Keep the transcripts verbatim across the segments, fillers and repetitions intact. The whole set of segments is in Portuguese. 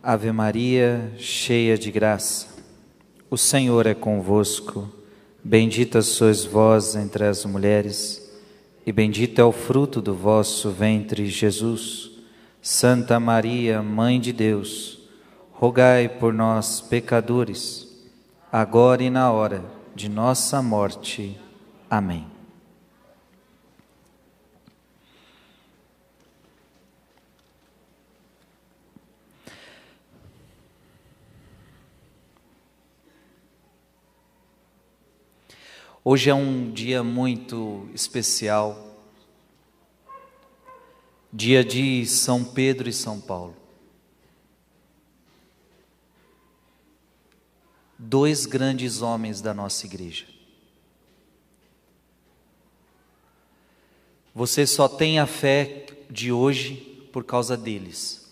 Ave Maria, cheia de graça, o Senhor é convosco. Bendita sois vós entre as mulheres, e bendito é o fruto do vosso ventre, Jesus. Santa Maria, Mãe de Deus, rogai por nós, pecadores, agora e na hora de nossa morte. Amém. Hoje é um dia muito especial, dia de São Pedro e São Paulo. Dois grandes homens da nossa igreja. Você só tem a fé de hoje por causa deles.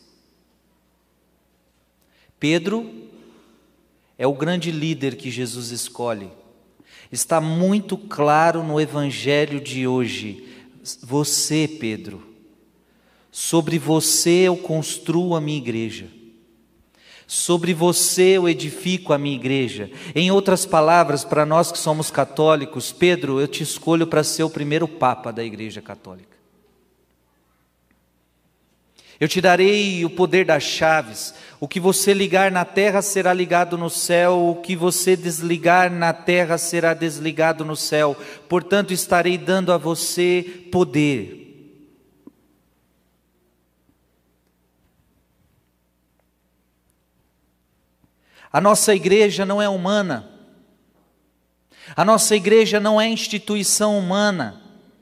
Pedro é o grande líder que Jesus escolhe. Está muito claro no evangelho de hoje. Você, Pedro, sobre você eu construo a minha igreja. Sobre você eu edifico a minha igreja. Em outras palavras, para nós que somos católicos, Pedro, eu te escolho para ser o primeiro papa da igreja católica. Eu te darei o poder das chaves. O que você ligar na terra será ligado no céu, o que você desligar na terra será desligado no céu. Portanto, estarei dando a você poder. A nossa igreja não é humana. A nossa igreja não é instituição humana.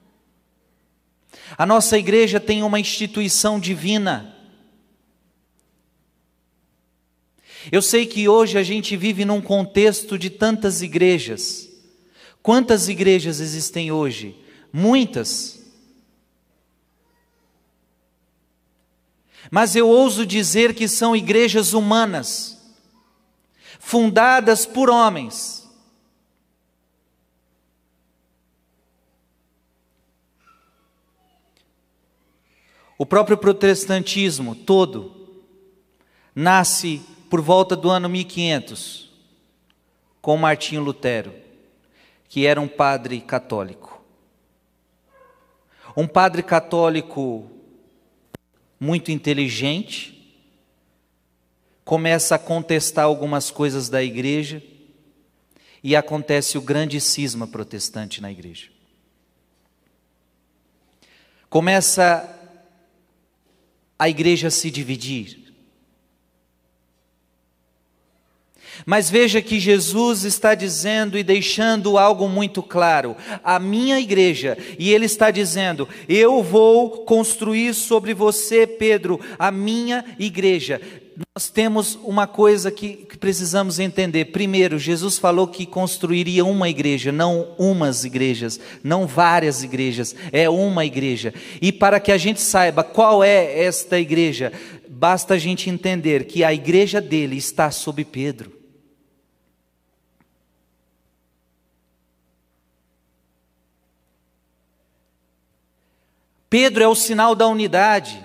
A nossa igreja tem uma instituição divina. Eu sei que hoje a gente vive num contexto de tantas igrejas. Quantas igrejas existem hoje? Muitas. Mas eu ouso dizer que são igrejas humanas, fundadas por homens. O próprio protestantismo todo nasce por volta do ano mil e quinhentos, com Martinho Lutero, que era um padre católico. Um padre católico muito inteligente, começa a contestar algumas coisas da igreja, e acontece o grande cisma protestante na igreja. Começa a igreja a se dividir. Mas veja que Jesus está dizendo e deixando algo muito claro. A minha igreja, e Ele está dizendo, eu vou construir sobre você, Pedro, a minha igreja. Nós temos uma coisa que, que precisamos entender. Primeiro, Jesus falou que construiria uma igreja, não umas igrejas, não várias igrejas, é uma igreja. E para que a gente saiba qual é esta igreja, basta a gente entender que a igreja dele está sob Pedro. Pedro é o sinal da unidade.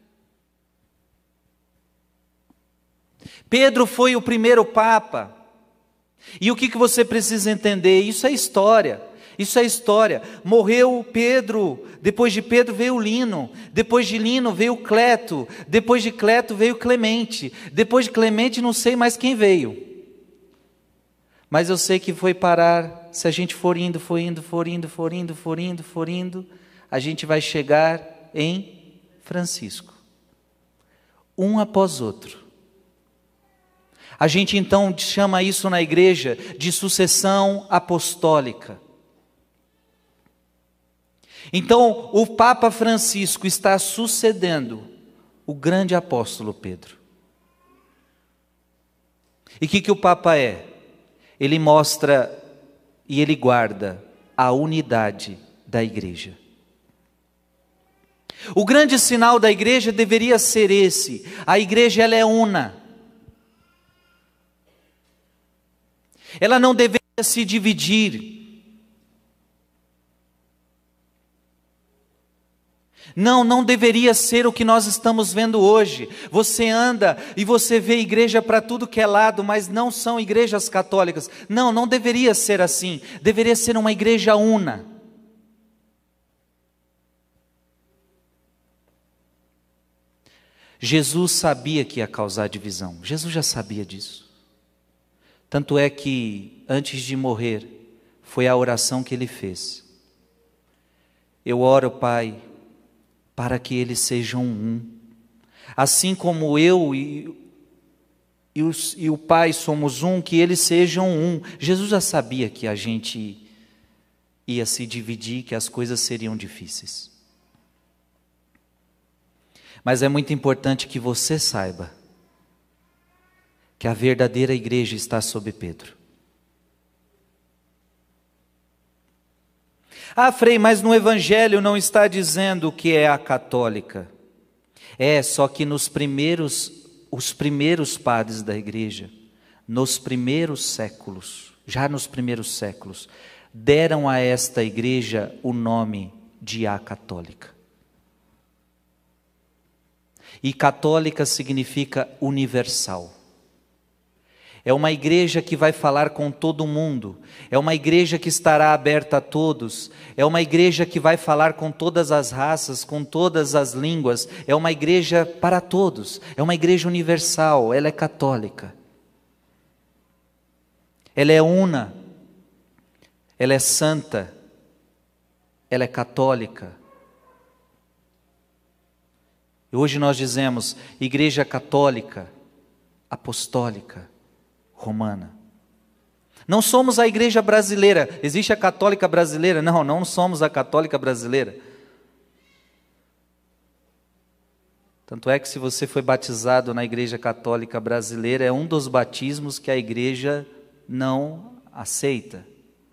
Pedro foi o primeiro papa. E o que, que você precisa entender? Isso é história. Isso é história. Morreu Pedro, depois de Pedro veio Lino, depois de Lino veio Cleto, depois de Cleto veio Clemente, depois de Clemente não sei mais quem veio. Mas eu sei que foi parar, se a gente for indo, for indo, for indo, for indo, for indo, for indo, a gente vai chegar em Francisco. Um após outro. A gente então chama isso na igreja de sucessão apostólica. Então, o Papa Francisco está sucedendo o grande apóstolo Pedro. E o que, que o Papa é? Ele mostra e ele guarda a unidade da igreja. O grande sinal da igreja deveria ser esse: a igreja ela é una. Ela não deveria se dividir. Não, não deveria ser o que nós estamos vendo hoje. Você anda e você vê igreja para tudo que é lado, mas não são igrejas católicas. Não, não deveria ser assim. Deveria ser uma igreja una. Jesus sabia que ia causar divisão. Jesus já sabia disso. Tanto é que, antes de morrer, foi a oração que ele fez. Eu oro, Pai, para que eles sejam um. Assim como eu e, e, os, e o Pai somos um, que eles sejam um. Jesus já sabia que a gente ia se dividir, que as coisas seriam difíceis. Mas é muito importante que você saiba que a verdadeira igreja está sob Pedro. Ah, Frei, mas no Evangelho não está dizendo que é a católica. É, só que nos primeiros, os primeiros padres da igreja, nos primeiros séculos, já nos primeiros séculos, deram a esta igreja o nome de a católica. E católica significa universal. É uma igreja que vai falar com todo mundo, é uma igreja que estará aberta a todos, é uma igreja que vai falar com todas as raças, com todas as línguas, é uma igreja para todos, é uma igreja universal, ela é católica. Ela é una, ela é santa, ela é católica. E hoje nós dizemos igreja católica, apostólica, romana. Não somos a igreja brasileira. Existe a católica brasileira? Não, não somos a católica brasileira. Tanto é que se você foi batizado na igreja católica brasileira, é um dos batismos que a igreja não aceita.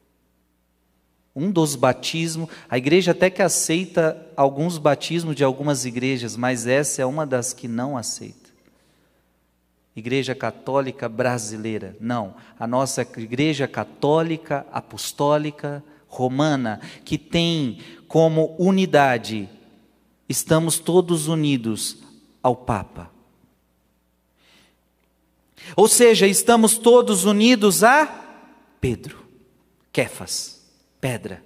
Um dos batismos, a igreja até que aceita alguns batismos de algumas igrejas, mas essa é uma das que não aceita. Igreja Católica Brasileira, não, a nossa Igreja Católica Apostólica Romana, que tem como unidade, estamos todos unidos ao Papa. Ou seja, estamos todos unidos a Pedro, Quefas, pedra.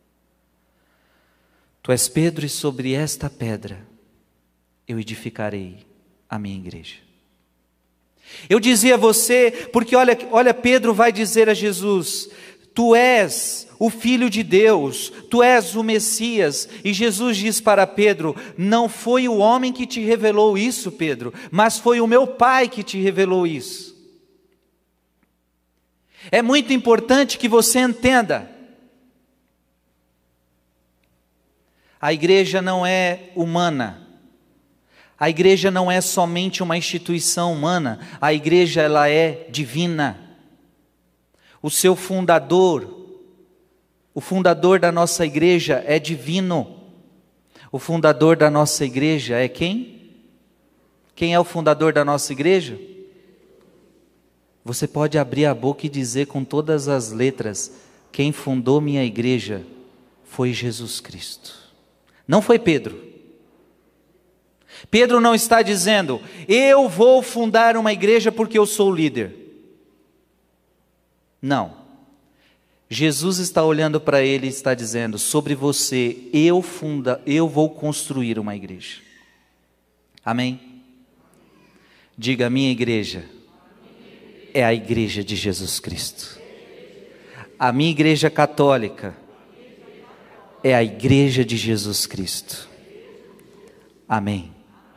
Tu és Pedro e sobre esta pedra eu edificarei a minha igreja. Eu dizia a você, porque olha, olha, Pedro vai dizer a Jesus, tu és o Filho de Deus, tu és o Messias, e Jesus diz para Pedro, não foi o homem que te revelou isso, Pedro, mas foi o meu Pai que te revelou isso. É muito importante que você entenda, a igreja não é humana. A igreja não é somente uma instituição humana, a igreja ela é divina. O seu fundador, o fundador da nossa igreja é divino. O fundador da nossa igreja é quem? Quem é o fundador da nossa igreja? Você pode abrir a boca e dizer com todas as letras, quem fundou minha igreja foi Jesus Cristo. Não foi Pedro. Pedro não está dizendo, eu vou fundar uma igreja porque eu sou líder. Não. Jesus está olhando para ele e está dizendo, sobre você, eu, funda, eu vou construir uma igreja. Amém? Diga, a minha igreja é a igreja de Jesus Cristo. A minha igreja católica é a igreja de Jesus Cristo. Amém.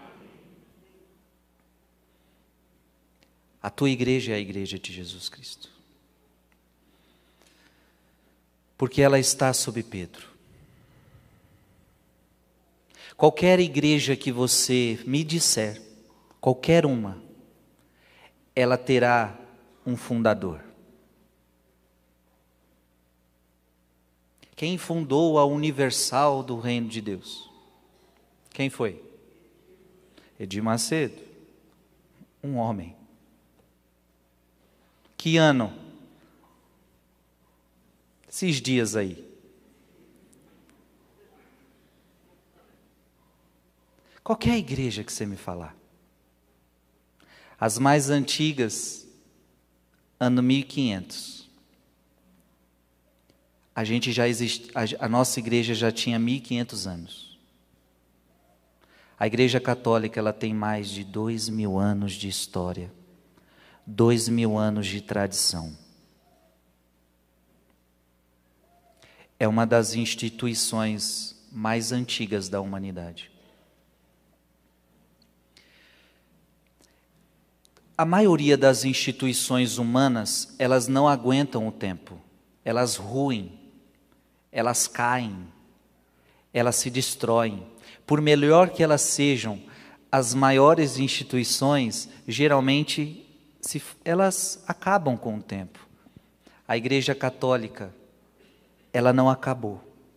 A tua igreja é a igreja de Jesus Cristo. Porque ela está sob Pedro. Qualquer igreja que você me disser, qualquer uma, ela terá um fundador. Quem fundou a universal do reino de Deus? Quem foi? Edir Macedo, um homem. Que ano? Esses dias aí. Qualquer igreja que você me falar. As mais antigas, ano mil e quinhentos. A gente já existe, a, a nossa igreja já tinha mil e quinhentos anos. A igreja católica, ela tem mais de dois mil anos de história. Dois mil anos de tradição. É uma das instituições mais antigas da humanidade. A maioria das instituições humanas, elas não aguentam o tempo. Elas ruem, elas caem, elas se destroem. Por melhor que elas sejam, as maiores instituições, geralmente, se, elas acabam com o tempo. A Igreja Católica, ela não acabou.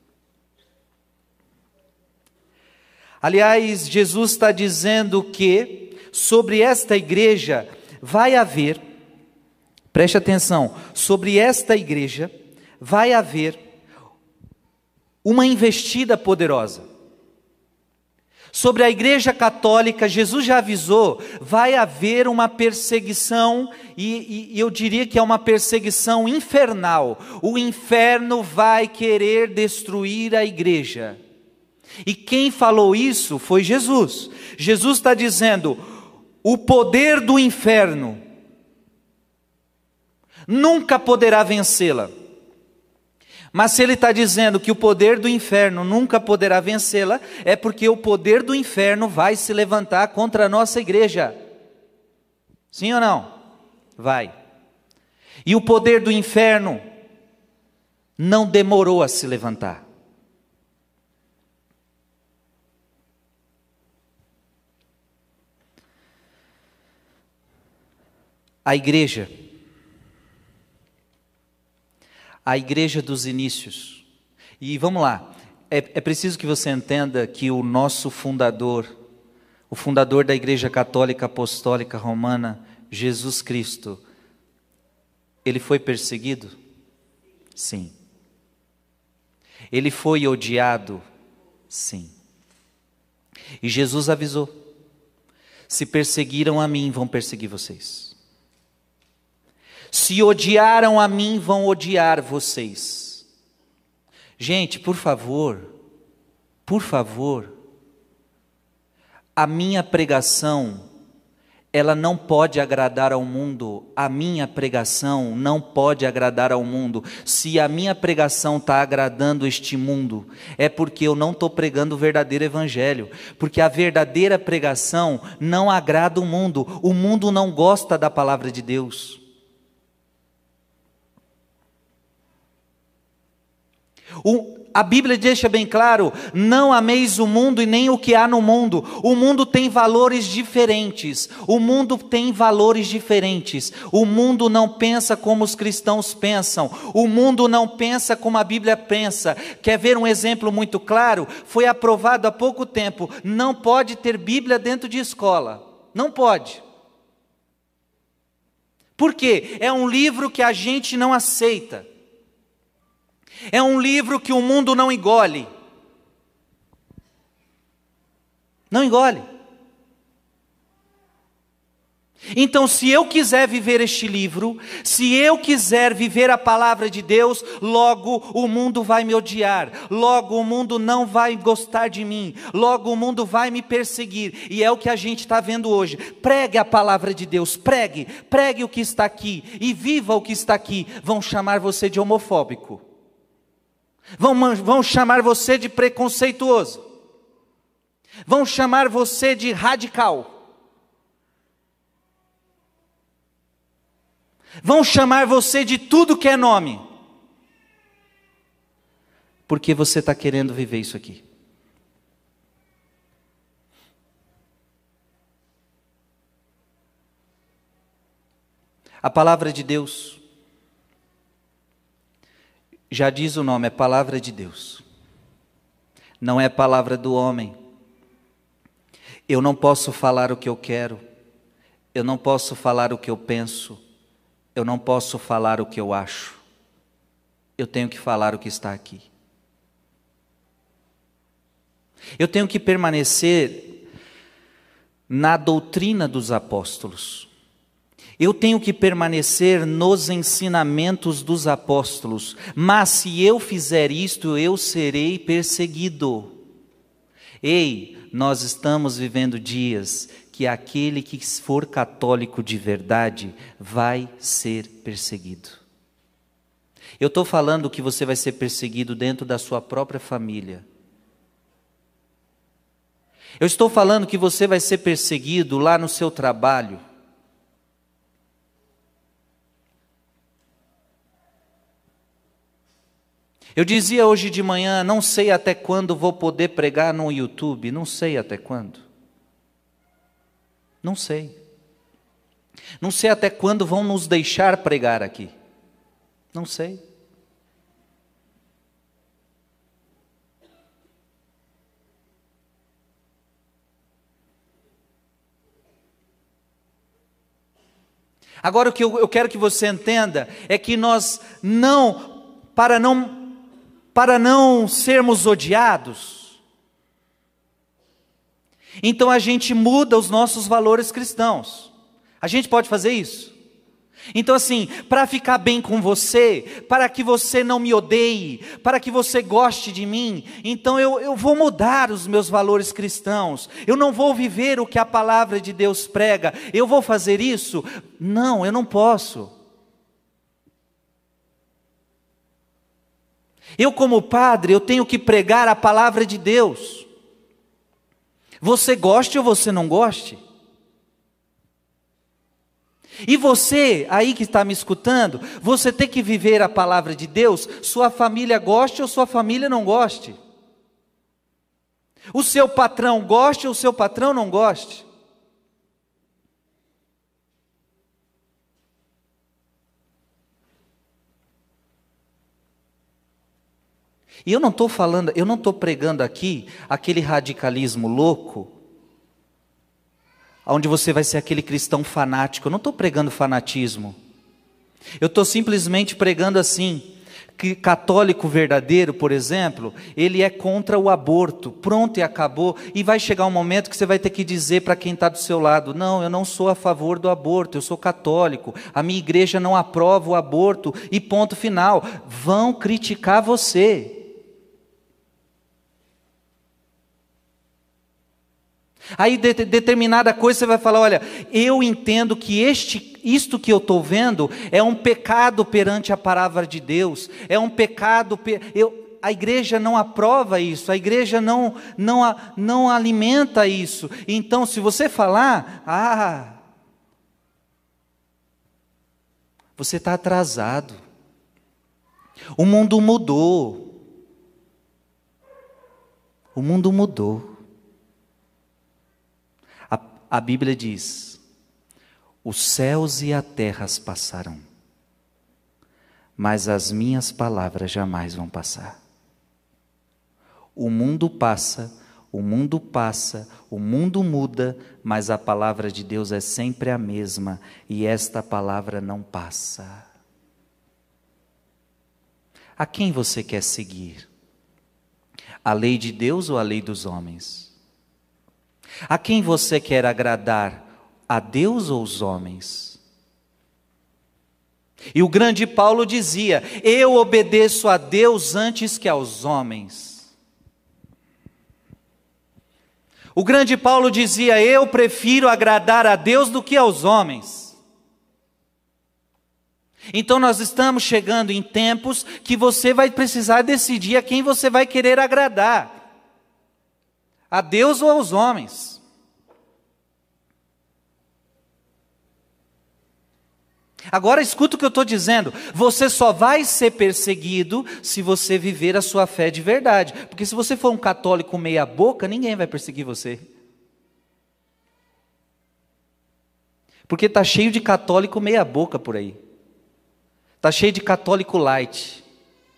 Aliás, Jesus está dizendo que sobre esta igreja vai haver, preste atenção, sobre esta igreja vai haver uma investida poderosa. Sobre a igreja católica, Jesus já avisou, vai haver uma perseguição, e, e eu diria que é uma perseguição infernal. O inferno vai querer destruir a igreja. E quem falou isso foi Jesus. Jesus está dizendo, o poder do inferno nunca poderá vencê-la. Mas se ele está dizendo que o poder do inferno nunca poderá vencê-la, é porque o poder do inferno vai se levantar contra a nossa igreja. Sim ou não? Vai. E o poder do inferno não demorou a se levantar. A igreja, a igreja dos inícios, e vamos lá, é, é preciso que você entenda que o nosso fundador, o fundador da Igreja Católica Apostólica Romana, Jesus Cristo, ele foi perseguido? Sim. Ele foi odiado? Sim. E Jesus avisou, se perseguiram a mim, vão perseguir vocês. Se odiaram a mim, vão odiar vocês. Gente, por favor, por favor, a minha pregação, ela não pode agradar ao mundo. A minha pregação não pode agradar ao mundo. Se a minha pregação está agradando este mundo, é porque eu não estou pregando o verdadeiro evangelho. Porque a verdadeira pregação não agrada o mundo. O mundo não gosta da palavra de Deus. O, a Bíblia deixa bem claro, não ameis o mundo e nem o que há no mundo. O mundo tem valores diferentes, o mundo tem valores diferentes. O mundo não pensa como os cristãos pensam, o mundo não pensa como a Bíblia pensa. Quer ver um exemplo muito claro? Foi aprovado há pouco tempo, não pode ter Bíblia dentro de escola, não pode. Por quê? É um livro que a gente não aceita. É um livro que o mundo não engole. Não engole. Então, se eu quiser viver este livro, se eu quiser viver a palavra de Deus, logo o mundo vai me odiar, logo o mundo não vai gostar de mim, logo o mundo vai me perseguir, e é o que a gente está vendo hoje. Pregue a palavra de Deus, pregue, pregue o que está aqui, e viva o que está aqui. Vão chamar você de homofóbico. Vão, vão chamar você de preconceituoso. Vão chamar você de radical. Vão chamar você de tudo que é nome. Porque você está querendo viver isso aqui. A palavra de Deus, já diz o nome, é palavra de Deus. Não é palavra do homem. Eu não posso falar o que eu quero. Eu não posso falar o que eu penso. Eu não posso falar o que eu acho. Eu tenho que falar o que está aqui. Eu tenho que permanecer na doutrina dos apóstolos. Eu tenho que permanecer nos ensinamentos dos apóstolos, mas se eu fizer isto, eu serei perseguido. Ei, nós estamos vivendo dias que aquele que for católico de verdade vai ser perseguido. Eu estou falando que você vai ser perseguido dentro da sua própria família. Eu estou falando que você vai ser perseguido lá no seu trabalho. Eu dizia hoje de manhã, não sei até quando vou poder pregar no YouTube, não sei até quando. Não sei. Não sei até quando vão nos deixar pregar aqui. Não sei. Agora o que eu, eu quero que você entenda é que nós não, para não para não sermos odiados, então a gente muda os nossos valores cristãos. A gente pode fazer isso? Então assim, para ficar bem com você, para que você não me odeie, para que você goste de mim, então eu, eu vou mudar os meus valores cristãos, eu não vou viver o que a palavra de Deus prega, eu vou fazer isso? Não, eu não posso. Eu como padre, eu tenho que pregar a palavra de Deus. Você goste ou você não goste? E você, aí que está me escutando, você tem que viver a palavra de Deus, sua família goste ou sua família não goste. O seu patrão goste ou o seu patrão não goste. E eu não estou falando, eu não estou pregando aqui aquele radicalismo louco, onde você vai ser aquele cristão fanático. Eu não estou pregando fanatismo. Eu estou simplesmente pregando assim, que católico verdadeiro, por exemplo, ele é contra o aborto, pronto e acabou, e vai chegar um momento que você vai ter que dizer para quem está do seu lado, não, eu não sou a favor do aborto, eu sou católico, a minha igreja não aprova o aborto, e ponto final. Vão criticar você. Aí de, de, determinada coisa você vai falar, olha, eu entendo que este, isto que eu estou vendo é um pecado perante a palavra de Deus, é um pecado, eu, a igreja não aprova isso, a igreja não, não, não alimenta isso. Então se você falar, ah, você está atrasado, o mundo mudou, o mundo mudou. A Bíblia diz, os céus e a terra passarão, mas as minhas palavras jamais vão passar. O mundo passa, o mundo passa, o mundo muda, mas a palavra de Deus é sempre a mesma, e esta palavra não passa. A quem você quer seguir? A lei de Deus ou a lei dos homens? A quem você quer agradar? A Deus ou os homens? E o grande Paulo dizia, eu obedeço a Deus antes que aos homens. O grande Paulo dizia, eu prefiro agradar a Deus do que aos homens. Então nós estamos chegando em tempos que você vai precisar decidir a quem você vai querer agradar. A Deus ou aos homens? Agora escuta o que eu estou dizendo, você só vai ser perseguido se você viver a sua fé de verdade, porque se você for um católico meia boca, ninguém vai perseguir você. Porque está cheio de católico meia boca por aí, está cheio de católico light.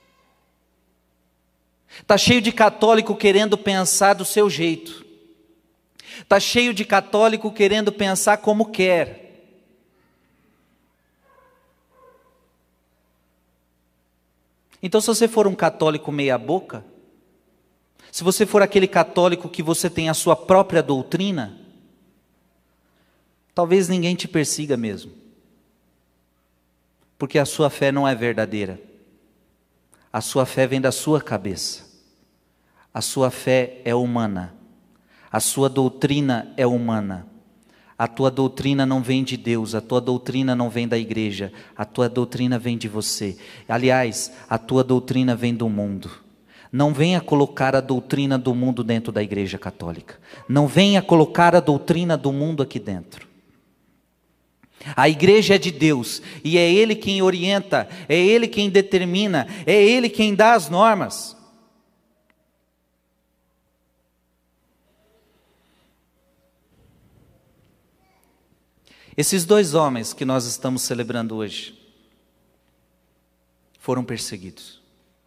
Está cheio de católico querendo pensar do seu jeito. Está cheio de católico querendo pensar como quer. Então se você for um católico meia boca, se você for aquele católico que você tem a sua própria doutrina, talvez ninguém te persiga mesmo, porque a sua fé não é verdadeira. A sua fé vem da sua cabeça. A sua fé é humana. A sua doutrina é humana. A tua doutrina não vem de Deus, a tua doutrina não vem da igreja, a tua doutrina vem de você. Aliás, a tua doutrina vem do mundo. Não venha colocar a doutrina do mundo dentro da igreja católica. Não venha colocar a doutrina do mundo aqui dentro. A igreja é de Deus, e é Ele quem orienta, é Ele quem determina, é Ele quem dá as normas. Esses dois homens que nós estamos celebrando hoje foram perseguidos.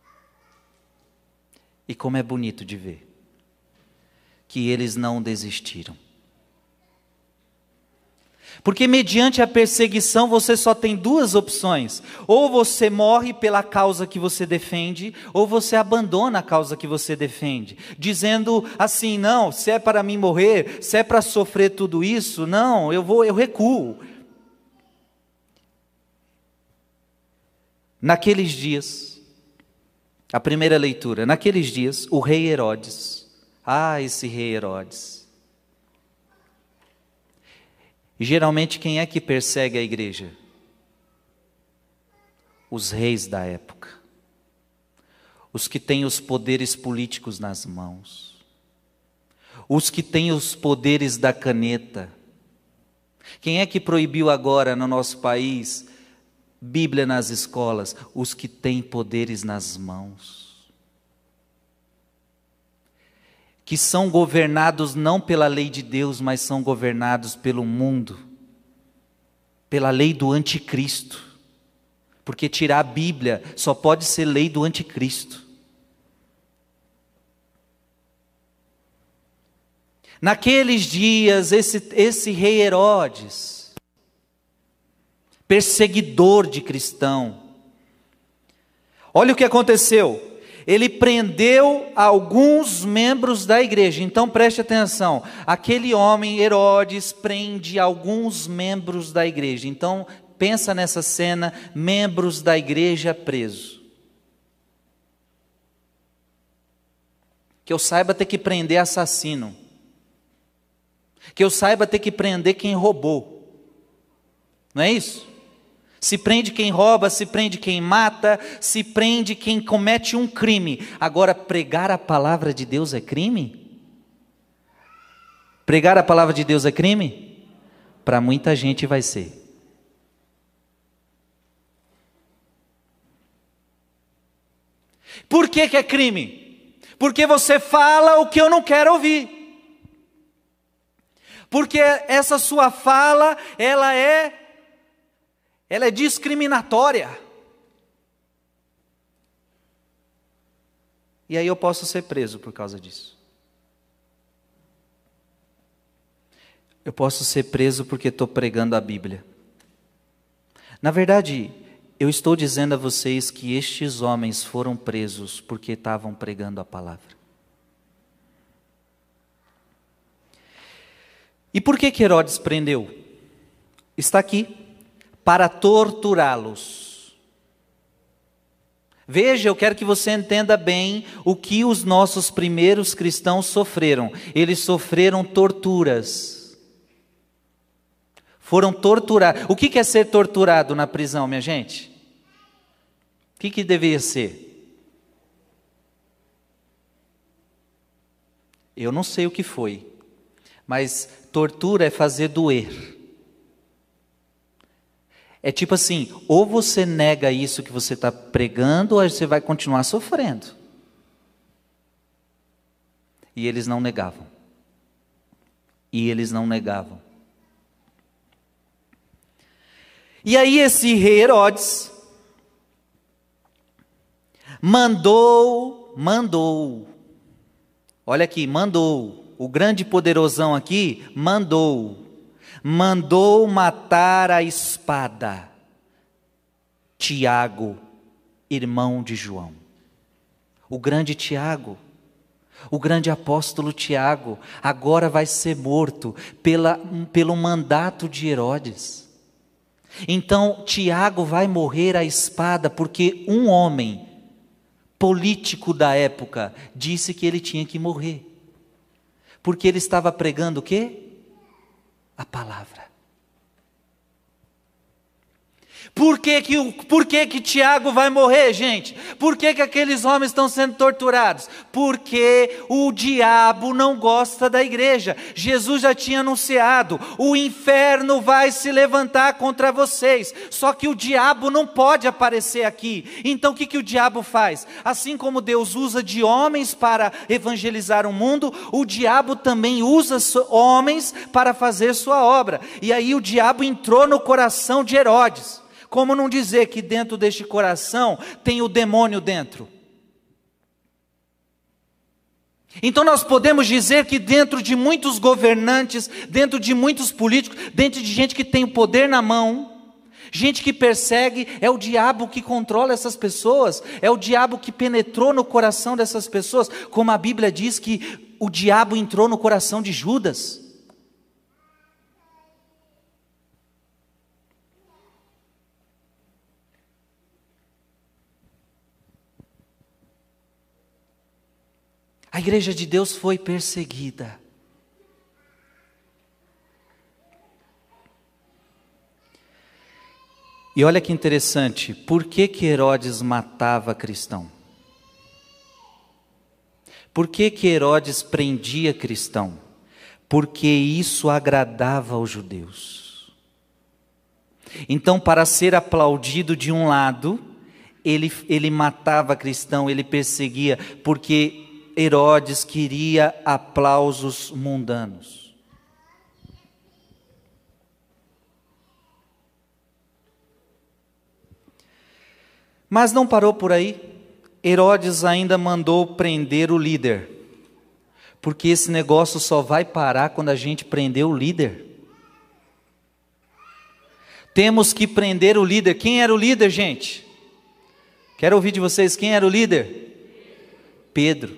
E como é bonito de ver que eles não desistiram. Porque mediante a perseguição você só tem duas opções: ou você morre pela causa que você defende, ou você abandona a causa que você defende, dizendo assim: não, se é para mim morrer, se é para sofrer tudo isso, não, eu vou, eu recuo. Naqueles dias, a primeira leitura, naqueles dias, o rei Herodes, ah, esse rei Herodes. E geralmente quem é que persegue a igreja? Os reis da época. Os que têm os poderes políticos nas mãos. Os que têm os poderes da caneta. Quem é que proibiu agora no nosso país Bíblia nas escolas? Os que têm poderes nas mãos. Que são governados não pela lei de Deus, mas são governados pelo mundo, pela lei do anticristo, porque tirar a Bíblia só pode ser lei do anticristo. Naqueles dias, esse, esse rei Herodes, perseguidor de cristão, olha o que aconteceu. Ele prendeu alguns membros da igreja. Então preste atenção, aquele homem Herodes prende alguns membros da igreja. Então pensa nessa cena, membros da igreja presos. Que eu saiba ter que prender assassino. Que eu saiba ter que prender quem roubou. Não é isso? Se prende quem rouba, se prende quem mata, se prende quem comete um crime. Agora, pregar a palavra de Deus é crime? Pregar a palavra de Deus é crime? Para muita gente vai ser. Por que que é crime? Porque você fala o que eu não quero ouvir. Porque essa sua fala, ela é Ela é discriminatória. E aí eu posso ser preso por causa disso. Eu posso ser preso porque estou pregando a Bíblia. Na verdade, eu estou dizendo a vocês que estes homens foram presos porque estavam pregando a palavra. E por que que Herodes prendeu? Está aqui. Para torturá-los. Veja, eu quero que você entenda bem o que os nossos primeiros cristãos sofreram. Eles sofreram torturas. Foram torturados. O que é ser torturado na prisão, minha gente? O que que deveria ser? Eu não sei o que foi, mas tortura é fazer doer. É tipo assim, ou você nega isso que você está pregando, ou você vai continuar sofrendo. E eles não negavam. E eles não negavam. E aí esse rei Herodes mandou, mandou, olha aqui, mandou, o grande poderosão aqui, mandou. Mandou matar a espada Tiago, irmão de João. O grande Tiago, O grande apóstolo Tiago agora vai ser morto pela, pelo mandato de Herodes. Então Tiago vai morrer à espada porque um homem político da época disse que ele tinha que morrer. Porque ele estava pregando o quê? A palavra. Por que que, por que que Tiago vai morrer, gente? Por que que aqueles homens estão sendo torturados? Porque o diabo não gosta da igreja. Jesus já tinha anunciado, o inferno vai se levantar contra vocês. Só que o diabo não pode aparecer aqui. Então o que que o diabo faz? Assim como Deus usa de homens para evangelizar o mundo, o diabo também usa homens para fazer sua obra. E aí o diabo entrou no coração de Herodes. Como não dizer que dentro deste coração tem o demônio dentro? Então nós podemos dizer que dentro de muitos governantes, dentro de muitos políticos, dentro de gente que tem o poder na mão, gente que persegue, é o diabo que controla essas pessoas, é o diabo que penetrou no coração dessas pessoas, como a Bíblia diz que o diabo entrou no coração de Judas. A igreja de Deus foi perseguida. E olha que interessante, por que que Herodes matava cristão? Por que que Herodes prendia cristão? Porque isso agradava aos judeus. Então, para ser aplaudido de um lado, ele, ele matava cristão, ele perseguia, porque Herodes queria aplausos mundanos. Mas não parou por aí. Herodes ainda mandou prender o líder. Porque esse negócio só vai parar quando a gente prender o líder. Temos que prender o líder. Quem era o líder, gente? Quero ouvir de vocês, quem era o líder? Pedro.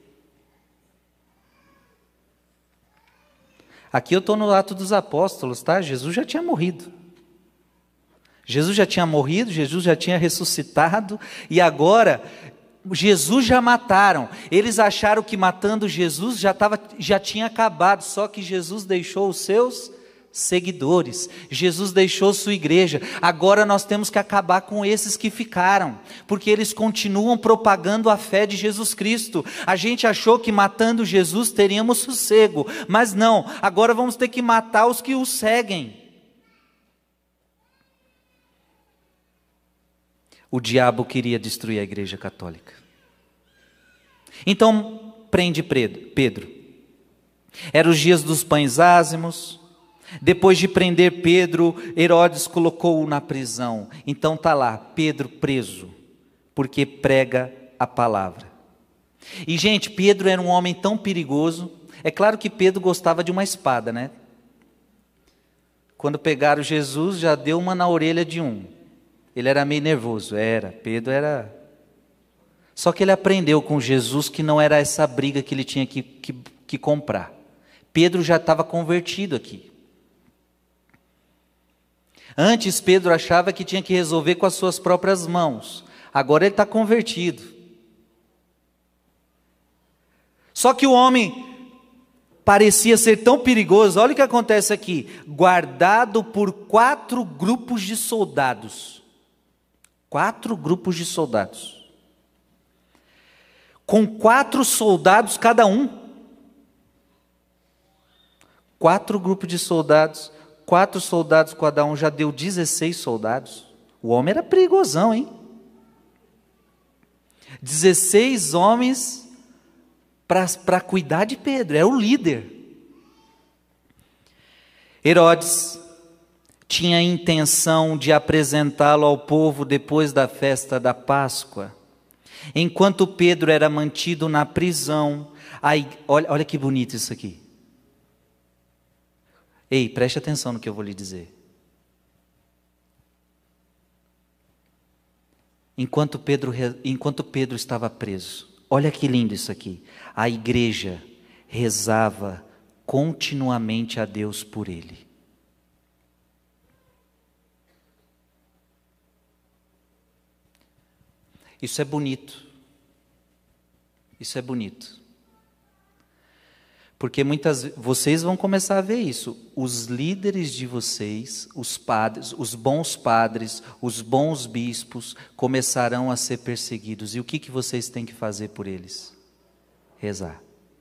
Aqui eu estou no Atos dos Apóstolos, tá? Jesus já tinha morrido. Jesus já tinha morrido, Jesus já tinha ressuscitado, e agora Jesus já mataram. Eles acharam que matando Jesus já, tava, já tinha acabado, só que Jesus deixou os seus seguidores, Jesus deixou sua igreja. Agora nós temos que acabar com esses que ficaram, porque eles continuam propagando a fé de Jesus Cristo. A gente achou que matando Jesus teríamos sossego, mas não, agora vamos ter que matar os que o seguem. O diabo queria destruir a igreja católica. Então prende Pedro. Eram os dias dos pães ázimos. Depois de prender Pedro, Herodes colocou-o na prisão. Então está lá, Pedro preso, porque prega a palavra. E gente, Pedro era um homem tão perigoso. É claro que Pedro gostava de uma espada, né? Quando pegaram Jesus, já deu uma na orelha de um. Ele era meio nervoso, era, Pedro era... Só que ele aprendeu com Jesus que não era essa briga que ele tinha que, que, que comprar. Pedro já estava convertido aqui. Antes Pedro achava que tinha que resolver com as suas próprias mãos. Agora ele está convertido. Só que o homem parecia ser tão perigoso. Olha o que acontece aqui. Guardado por quatro grupos de soldados. Quatro grupos de soldados. Com quatro soldados cada um. Quatro grupos de soldados. Quatro soldados cada um, já deu dezesseis soldados. O homem era perigosão, hein? dezesseis homens para cuidar de Pedro, era o líder. Herodes tinha a intenção de apresentá-lo ao povo depois da festa da Páscoa. Enquanto Pedro era mantido na prisão, aí, olha, olha que bonito isso aqui. Ei, preste atenção no que eu vou lhe dizer. Enquanto Pedro, enquanto Pedro estava preso, olha que lindo isso aqui. A igreja rezava continuamente a Deus por ele. Isso é bonito. Isso é bonito. Porque muitas vocês vão começar a ver isso. Os líderes de vocês, os padres, os bons padres, os bons bispos começarão a ser perseguidos. E o que que vocês têm que fazer por eles? Rezar.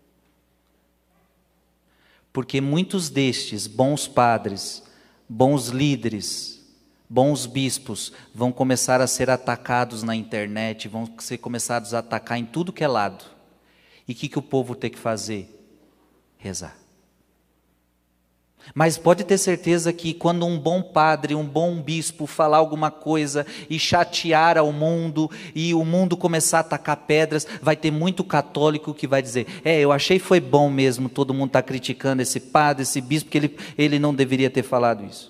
Porque muitos destes bons padres, bons líderes, bons bispos vão começar a ser atacados na internet, vão ser começados a atacar em tudo que é lado. E o que que o povo tem que fazer? Rezar. Mas pode ter certeza que quando um bom padre, um bom bispo falar alguma coisa e chatear ao mundo, e o mundo começar a atacar pedras, vai ter muito católico que vai dizer: é, eu achei foi bom mesmo, todo mundo está criticando esse padre, esse bispo, porque ele, ele não deveria ter falado isso.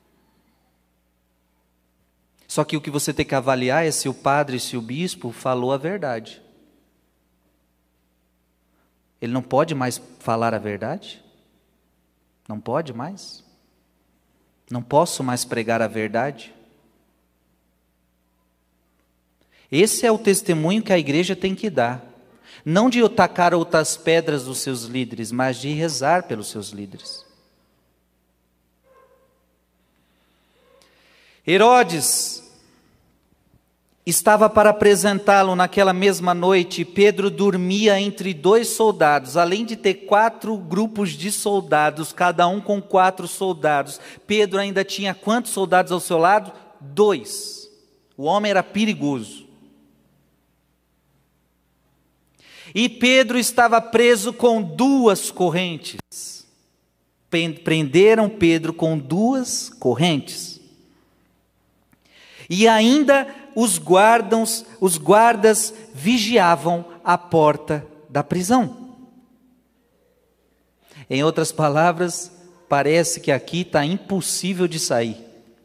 Só que o que você tem que avaliar é se o padre, se o bispo falou a verdade. Ele não pode mais falar a verdade? Não pode mais? Não posso mais pregar a verdade? Esse é o testemunho que a igreja tem que dar. Não de atacar outras pedras dos seus líderes, mas de rezar pelos seus líderes. Herodes estava para apresentá-lo naquela mesma noite. Pedro dormia entre dois soldados, além de ter quatro grupos de soldados, cada um com quatro soldados. Pedro ainda tinha quantos soldados ao seu lado? Dois. O homem era perigoso. E Pedro estava preso com duas correntes. Prenderam Pedro com duas correntes. E ainda os guardas, os guardas vigiavam a porta da prisão. Em outras palavras, parece que aqui está impossível de sair.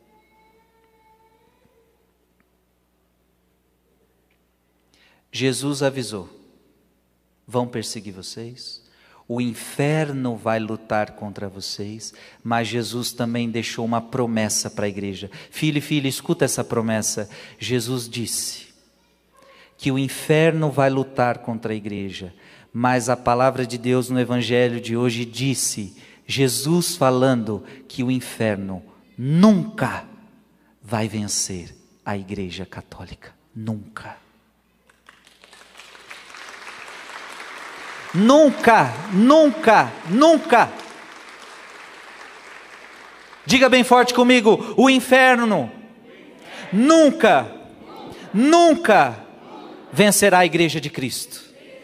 Jesus avisou: vão perseguir vocês, o inferno vai lutar contra vocês, mas Jesus também deixou uma promessa para a igreja. Filho e filha, escuta essa promessa. Jesus disse que o inferno vai lutar contra a igreja, mas a palavra de Deus no evangelho de hoje disse, Jesus falando, que o inferno nunca vai vencer a igreja católica. Nunca. Nunca, nunca, nunca. Diga bem forte comigo: o inferno nunca, nunca vencerá a igreja de Cristo.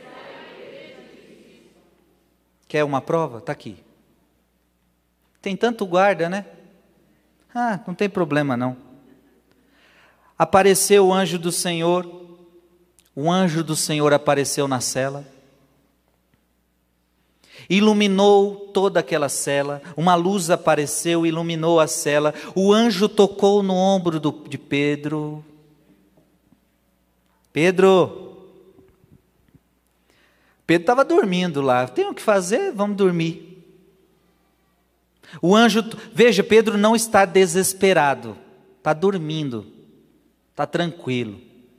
Quer uma prova? Está aqui. Tem tanto guarda, né? Ah, não tem problema não. Apareceu o anjo do Senhor. O anjo do Senhor apareceu na cela. Iluminou toda aquela cela, uma luz apareceu, iluminou a cela, o anjo tocou no ombro do, de Pedro. Pedro, Pedro estava dormindo lá, tem o que fazer? Vamos dormir. O anjo, veja, Pedro não está desesperado, está dormindo, está tranquilo.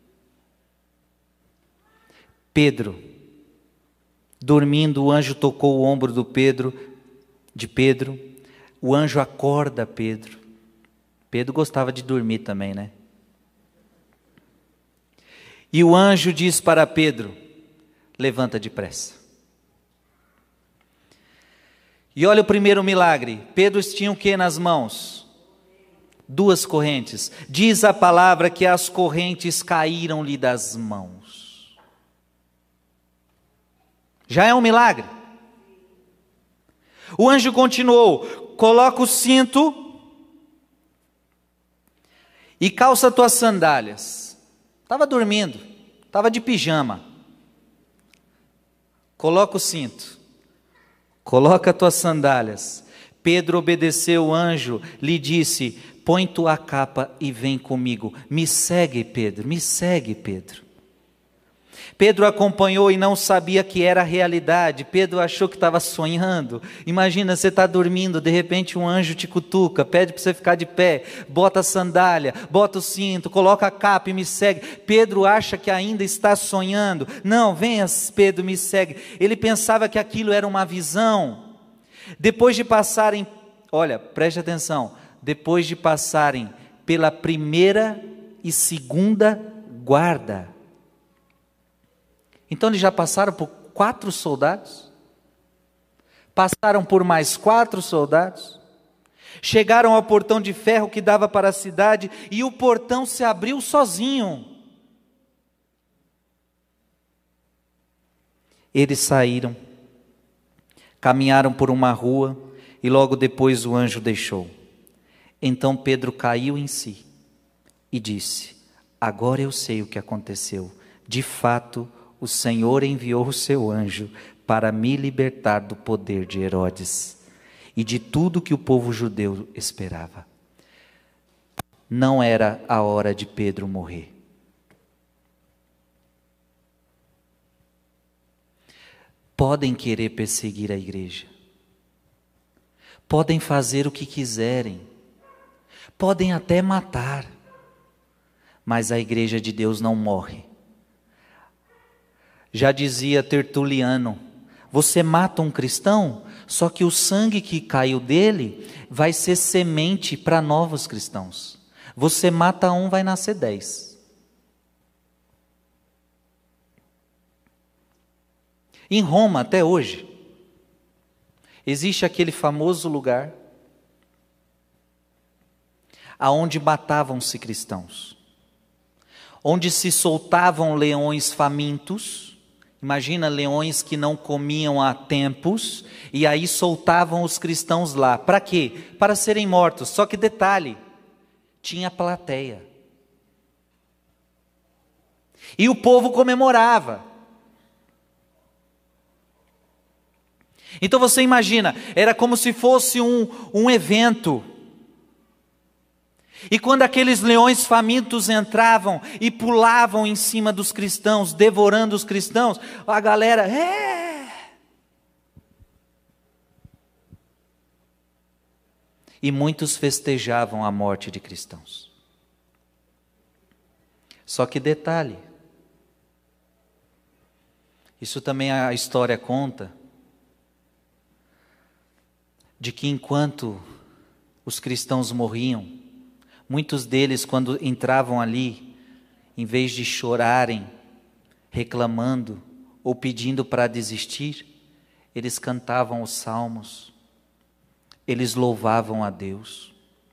Pedro, dormindo, o anjo tocou o ombro do Pedro, de Pedro. O anjo acorda Pedro. Pedro gostava de dormir também, né? E o anjo diz para Pedro: levanta depressa. E olha o primeiro milagre. Pedro tinha o que nas mãos? Duas correntes. Diz a palavra que as correntes caíram-lhe das mãos. Já é um milagre. O anjo continuou: coloca o cinto e calça tuas sandálias. Estava dormindo, estava de pijama. Coloca o cinto, coloca tuas sandálias. Pedro obedeceu o anjo, lhe disse: põe tua capa e vem comigo. Me segue, Pedro, me segue, Pedro. Pedro acompanhou e não sabia que era realidade. Pedro achou que estava sonhando. Imagina, você está dormindo, de repente um anjo te cutuca, pede para você ficar de pé, bota a sandália, bota o cinto, coloca a capa e me segue. Pedro acha que ainda está sonhando. Não, venha Pedro, me segue. Ele pensava que aquilo era uma visão. Depois de passarem, olha, preste atenção, depois de passarem pela primeira e segunda guarda. Então eles já passaram por quatro soldados, passaram por mais quatro soldados, chegaram ao portão de ferro que dava para a cidade, e o portão se abriu sozinho. Eles saíram, caminharam por uma rua, e logo depois o anjo deixou. Então Pedro caiu em si, e disse: agora eu sei o que aconteceu, de fato, o Senhor enviou o seu anjo para me libertar do poder de Herodes e de tudo que o povo judeu esperava. Não era a hora de Pedro morrer. Podem querer perseguir a igreja, podem fazer o que quiserem, podem até matar, mas a igreja de Deus não morre. Já dizia Tertuliano, você mata um cristão, só que o sangue que caiu dele vai ser semente para novos cristãos. Você mata um, vai nascer dez. Em Roma, até hoje, existe aquele famoso lugar aonde matavam-se cristãos, onde se soltavam leões famintos. Imagina leões que não comiam há tempos, e aí soltavam os cristãos lá. Para quê? Para serem mortos. Só que detalhe, tinha plateia. E o povo comemorava. Então você imagina, era como se fosse um, um evento. E quando aqueles leões famintos entravam e pulavam em cima dos cristãos, devorando os cristãos, a galera, é! E muitos festejavam a morte de cristãos. Só que detalhe, isso também a história conta, de que enquanto os cristãos morriam, muitos deles, quando entravam ali, em vez de chorarem, reclamando ou pedindo para desistir, eles cantavam os salmos, eles louvavam a Deus.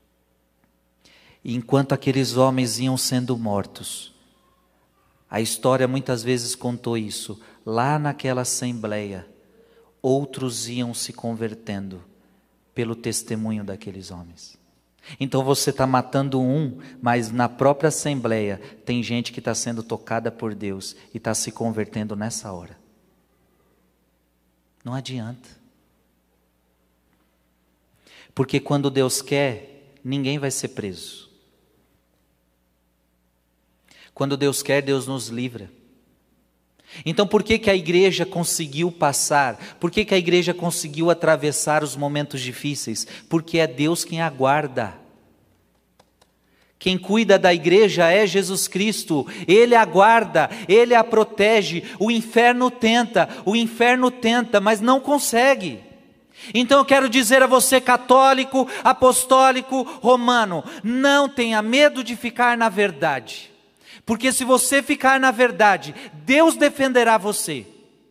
E enquanto aqueles homens iam sendo mortos, a história muitas vezes contou isso, lá naquela assembleia, outros iam se convertendo pelo testemunho daqueles homens. Então você está matando um, mas na própria assembleia tem gente que está sendo tocada por Deus e está se convertendo nessa hora. Não adianta. Porque quando Deus quer, ninguém vai ser preso. Quando Deus quer, Deus nos livra. Então por que que a igreja conseguiu passar? Por que que a igreja conseguiu atravessar os momentos difíceis? Porque é Deus quem aguarda. Quem cuida da igreja é Jesus Cristo. Ele aguarda, Ele a protege. O inferno tenta, o inferno tenta, mas não consegue. Então eu quero dizer a você, católico, apostólico, romano, não tenha medo de ficar na verdade. Porque se você ficar na verdade, Deus defenderá você.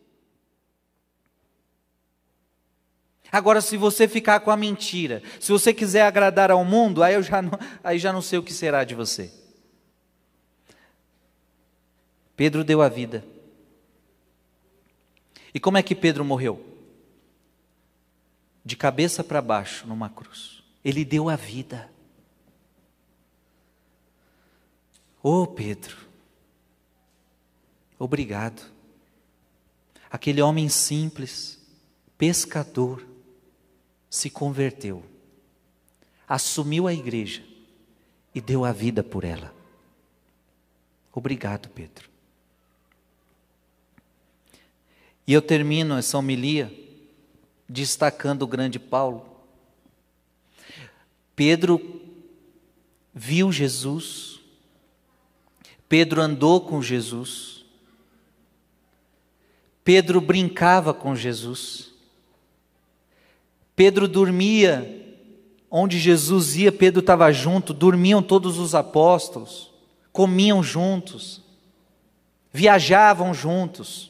Agora, se você ficar com a mentira, se você quiser agradar ao mundo, aí eu já não, aí já não sei o que será de você. Pedro deu a vida. E como é que Pedro morreu? De cabeça para baixo, numa cruz. Ele deu a vida. Ô Pedro, obrigado. Aquele homem simples, pescador, se converteu, assumiu a igreja e deu a vida por ela. Obrigado, Pedro. E eu termino essa homilia destacando o grande Paulo. Pedro viu Jesus, Pedro andou com Jesus, Pedro brincava com Jesus, Pedro dormia onde Jesus ia, Pedro estava junto, dormiam todos os apóstolos, comiam juntos, viajavam juntos.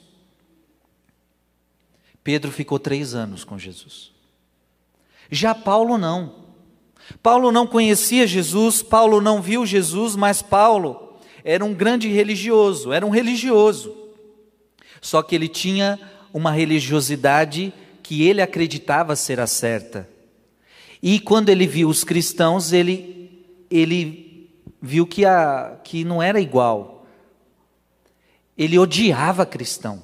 Pedro ficou três anos com Jesus. Já Paulo não. Paulo não conhecia Jesus, Paulo não viu Jesus, mas Paulo era um grande religioso, era um religioso. Só que ele tinha uma religiosidade que ele acreditava ser a certa. E quando ele viu os cristãos, ele, ele viu que, a, que não era igual. Ele odiava cristão.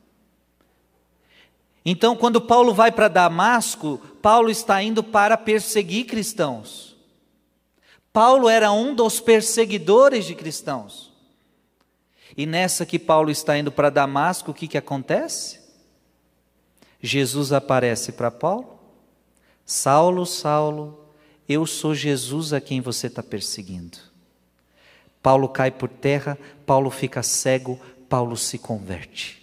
Então, quando Paulo vai para Damasco, Paulo está indo para perseguir cristãos. Paulo era um dos perseguidores de cristãos. E nessa que Paulo está indo para Damasco, o que, que acontece? Jesus aparece para Paulo. Saulo, Saulo, eu sou Jesus a quem você está perseguindo. Paulo cai por terra, Paulo fica cego, Paulo se converte.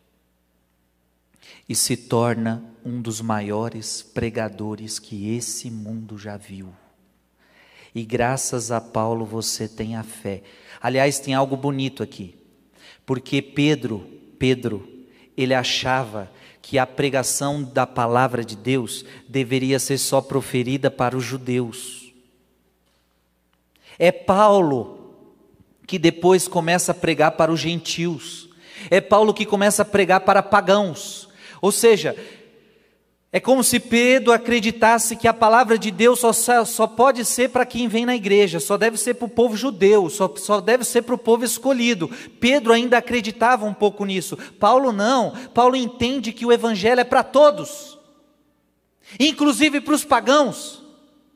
E se torna um dos maiores pregadores que esse mundo já viu. E graças a Paulo você tem a fé. Aliás, tem algo bonito aqui. Porque Pedro, Pedro, ele achava que a pregação da palavra de Deus deveria ser só proferida para os judeus. É Paulo que depois começa a pregar para os gentios. É Paulo que começa a pregar para pagãos. Ou seja, é como se Pedro acreditasse que a palavra de Deus só, só pode ser para quem vem na igreja, só deve ser para o povo judeu, só, só deve ser para o povo escolhido. Pedro ainda acreditava um pouco nisso. Paulo não. Paulo entende que o evangelho é para todos, inclusive para os pagãos.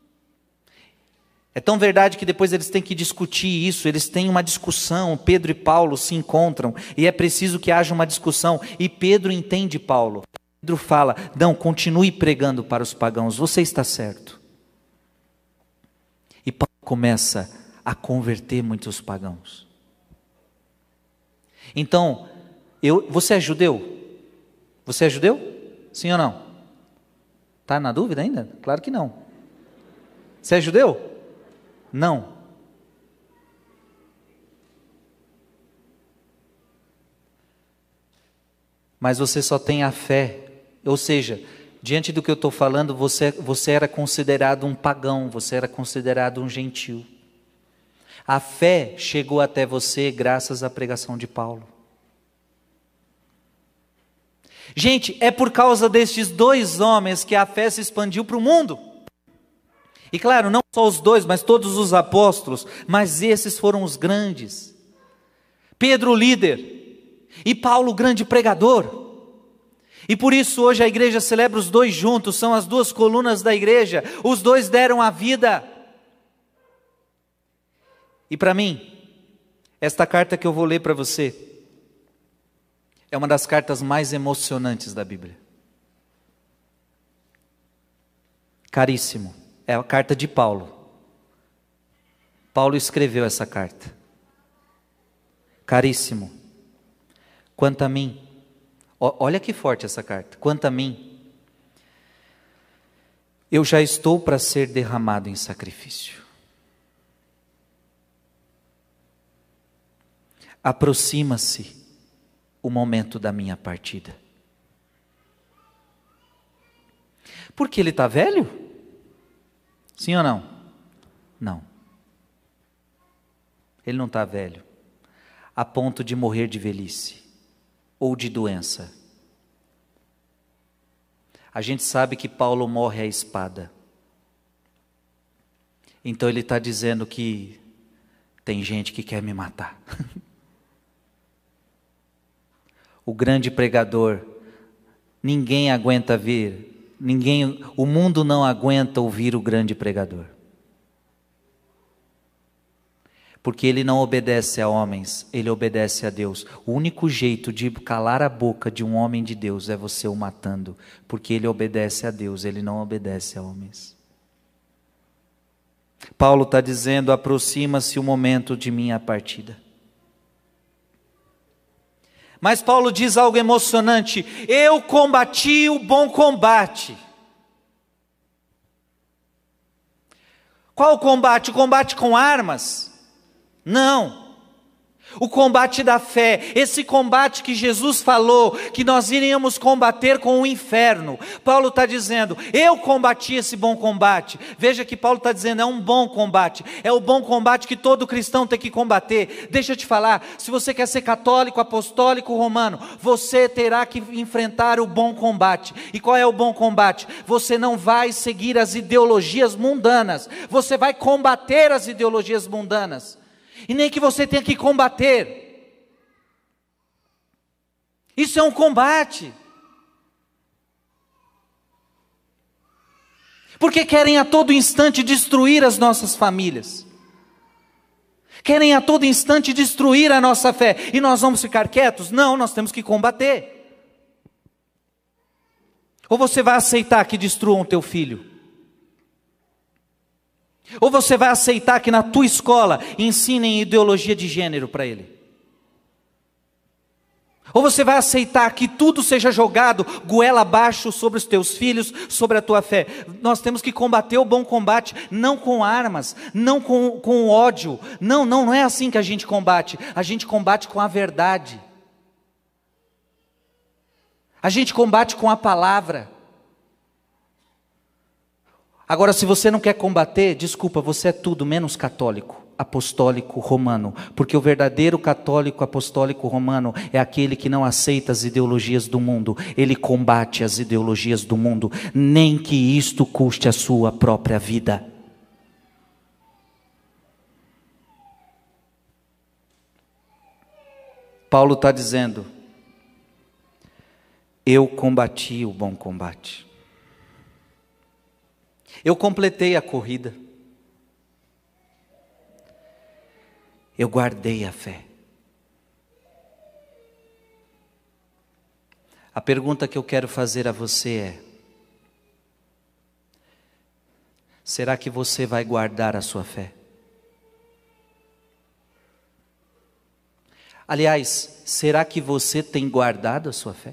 É tão verdade que depois eles têm que discutir isso, eles têm uma discussão, Pedro e Paulo se encontram, e é preciso que haja uma discussão, e Pedro entende Paulo. Pedro fala, não, continue pregando para os pagãos, você está certo. E Paulo começa a converter muitos pagãos. Então, eu, você é judeu? Você é judeu? Sim ou não? Está na dúvida ainda? Claro que não. Você é judeu? Não. Mas você só tem a fé. Ou seja, diante do que eu estou falando, você, você era considerado um pagão, você era considerado um gentil. A fé chegou até você graças à pregação de Paulo. Gente, é por causa destes dois homens que a fé se expandiu para o mundo. E claro, não só os dois, mas todos os apóstolos, mas esses foram os grandes. Pedro, o líder, e Paulo, o grande pregador. E por isso hoje a igreja celebra os dois juntos, são as duas colunas da igreja, os dois deram a vida. E para mim, esta carta que eu vou ler para você, é uma das cartas mais emocionantes da Bíblia. Caríssimo, é a carta de Paulo. Paulo escreveu essa carta. Caríssimo, quanto a mim, olha que forte essa carta. Quanto a mim, eu já estou para ser derramado em sacrifício. Aproxima-se o momento da minha partida. Porque ele está velho? Sim ou não? Não. Ele não está velho, a ponto de morrer de velhice ou de doença. A gente sabe que Paulo morre à espada. Então ele está dizendo que tem gente que quer me matar. O grande pregador, ninguém aguenta ver, ninguém, o mundo não aguenta ouvir o grande pregador. Porque ele não obedece a homens, ele obedece a Deus. O único jeito de calar a boca de um homem de Deus é você o matando, porque ele obedece a Deus, ele não obedece a homens. Paulo está dizendo: aproxima-se o momento de minha partida. Mas Paulo diz algo emocionante: eu combati o bom combate. Qual o combate? O combate com armas? Não. O combate da fé, esse combate que Jesus falou, que nós iríamos combater com o inferno. Paulo está dizendo: eu combati esse bom combate. Veja que Paulo está dizendo, é um bom combate. É o bom combate que todo cristão tem que combater. Deixa eu te falar, se você quer ser católico, apostólico, romano, você terá que enfrentar o bom combate. E qual é o bom combate? Você não vai seguir as ideologias mundanas. Você vai combater as ideologias mundanas. E nem que você tenha que combater. Isso é um combate. Porque querem a todo instante destruir as nossas famílias. Querem a todo instante destruir a nossa fé. E nós vamos ficar quietos? Não, nós temos que combater. Ou você vai aceitar que destruam o teu filho? Ou você vai aceitar que na tua escola ensinem ideologia de gênero para ele? Ou você vai aceitar que tudo seja jogado goela abaixo sobre os teus filhos, sobre a tua fé? Nós temos que combater o bom combate, não com armas, não com, com ódio. Não, não, não é assim que a gente combate. A gente combate com a verdade. A gente combate com a palavra. Agora, se você não quer combater, desculpa, você é tudo menos católico, apostólico, romano. Porque o verdadeiro católico, apostólico, romano é aquele que não aceita as ideologias do mundo. Ele combate as ideologias do mundo, nem que isto custe a sua própria vida. Paulo está dizendo: eu combati o bom combate. Eu completei a corrida. Eu guardei a fé. A pergunta que eu quero fazer a você é: será que você vai guardar a sua fé? Aliás, será que você tem guardado a sua fé?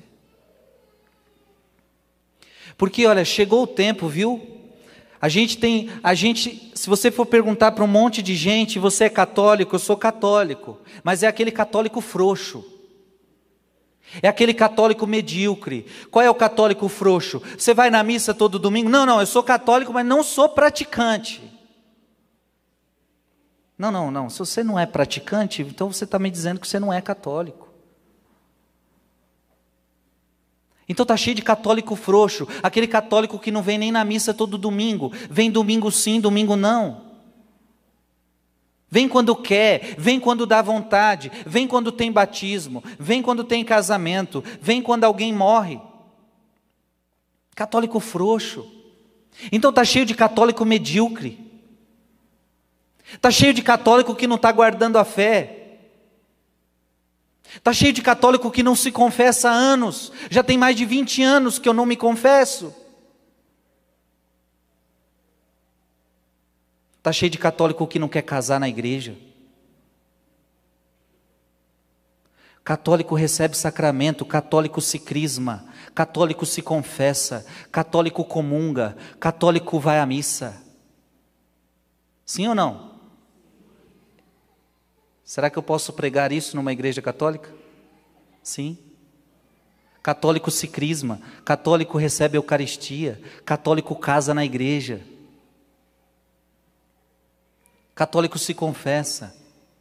Porque olha, chegou o tempo, viu? A gente tem, a gente, se você for perguntar para um monte de gente, você é católico? Eu sou católico, mas é aquele católico frouxo. É aquele católico medíocre. Qual é o católico frouxo? Você vai na missa todo domingo? Não, não, eu sou católico, mas não sou praticante. Não, não, não, se você não é praticante, então você está me dizendo que você não é católico. Então está cheio de católico frouxo, aquele católico que não vem nem na missa todo domingo, vem domingo sim, domingo não. Vem quando quer, vem quando dá vontade, vem quando tem batismo, vem quando tem casamento, vem quando alguém morre. Católico frouxo. Então está cheio de católico medíocre. Está cheio de católico que não está guardando a fé. Está cheio de católico que não se confessa há anos. Já tem mais de vinte anos que eu não me confesso. Está cheio de católico que não quer casar na igreja. Católico recebe sacramento, católico se crisma, católico se confessa, católico comunga, católico vai à missa. Sim ou não? Será que eu posso pregar isso numa igreja católica? Sim. Católico se crisma, católico recebe a Eucaristia, católico casa na igreja. Católico se confessa.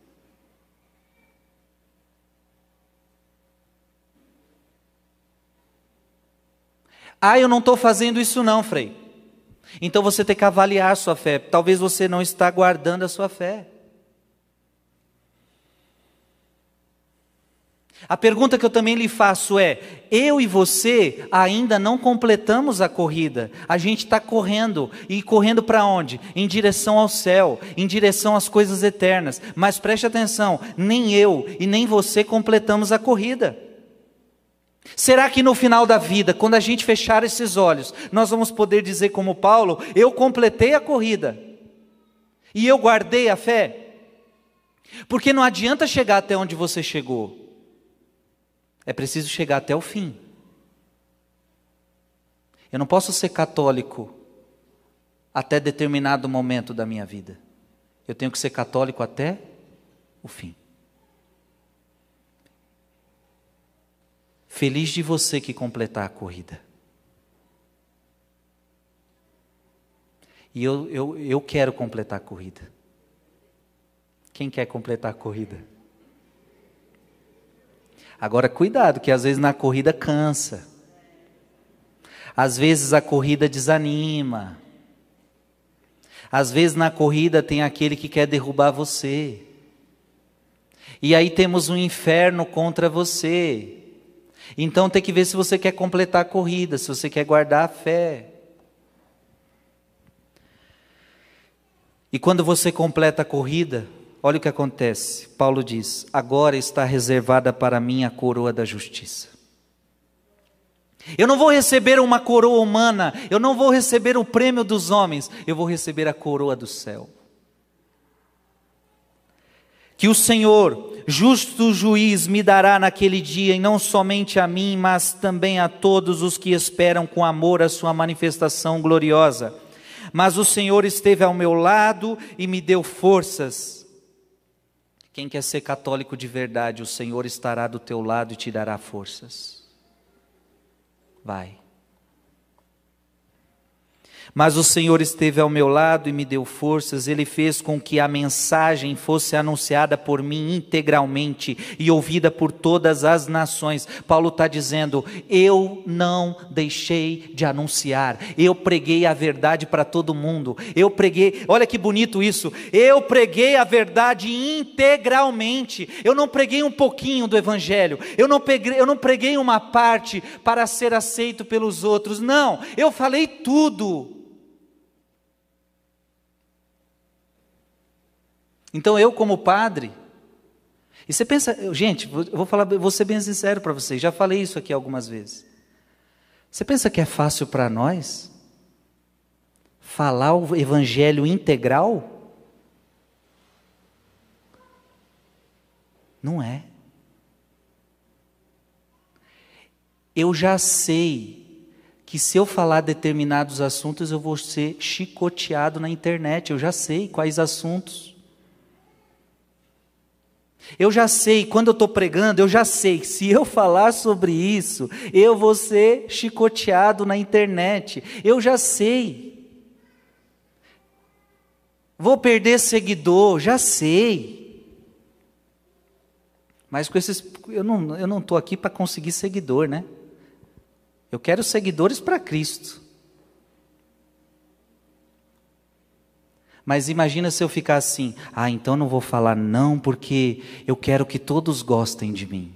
Ah, eu não estou fazendo isso não, Frei. Então você tem que avaliar a sua fé. Talvez você não está guardando a sua fé. A pergunta que eu também lhe faço é: eu e você ainda não completamos a corrida. A gente está correndo, e correndo para onde? Em direção ao céu, em direção às coisas eternas. Mas preste atenção, nem eu e nem você completamos a corrida. Será que no final da vida, quando a gente fechar esses olhos, nós vamos poder dizer como Paulo: eu completei a corrida e eu guardei a fé? Porque não adianta chegar até onde você chegou. É preciso chegar até o fim. Eu não posso ser católico até determinado momento da minha vida. Eu tenho que ser católico até o fim. Feliz de você que completar a corrida. E eu, eu, eu quero completar a corrida. Quem quer completar a corrida? Agora cuidado, que às vezes na corrida cansa. Às vezes a corrida desanima. Às vezes na corrida tem aquele que quer derrubar você. E aí temos um inferno contra você. Então tem que ver se você quer completar a corrida, se você quer guardar a fé. E quando você completa a corrida, olha o que acontece. Paulo diz: agora está reservada para mim a coroa da justiça. Eu não vou receber uma coroa humana, eu não vou receber o prêmio dos homens, eu vou receber a coroa do céu. Que o Senhor, justo juiz, me dará naquele dia, e não somente a mim, mas também a todos os que esperam com amor a sua manifestação gloriosa. Mas o Senhor esteve ao meu lado e me deu forças. Quem quer ser católico de verdade, o Senhor estará do teu lado e te dará forças. Vai. Mas o Senhor esteve ao meu lado e me deu forças. Ele fez com que a mensagem fosse anunciada por mim integralmente e ouvida por todas as nações. Paulo está dizendo: eu não deixei de anunciar. Eu preguei a verdade para todo mundo. Eu preguei, olha que bonito isso. Eu preguei a verdade integralmente. Eu não preguei um pouquinho do Evangelho. Eu não preguei, eu não preguei uma parte para ser aceito pelos outros. Não, eu falei tudo. Então eu como padre, e você pensa, gente, eu vou falar, vou ser bem sincero para vocês, já falei isso aqui algumas vezes. Você pensa que é fácil para nós falar o evangelho integral? Não é. Eu já sei que se eu falar determinados assuntos eu vou ser chicoteado na internet, eu já sei quais assuntos. Eu já sei, quando eu estou pregando, eu já sei que se eu falar sobre isso, eu vou ser chicoteado na internet. Eu já sei. Vou perder seguidor, já sei. Mas com esses, eu não eu não estou aqui para conseguir seguidor, né? Eu quero seguidores para Cristo. Mas imagina se eu ficar assim: ah, então não vou falar não, porque eu quero que todos gostem de mim.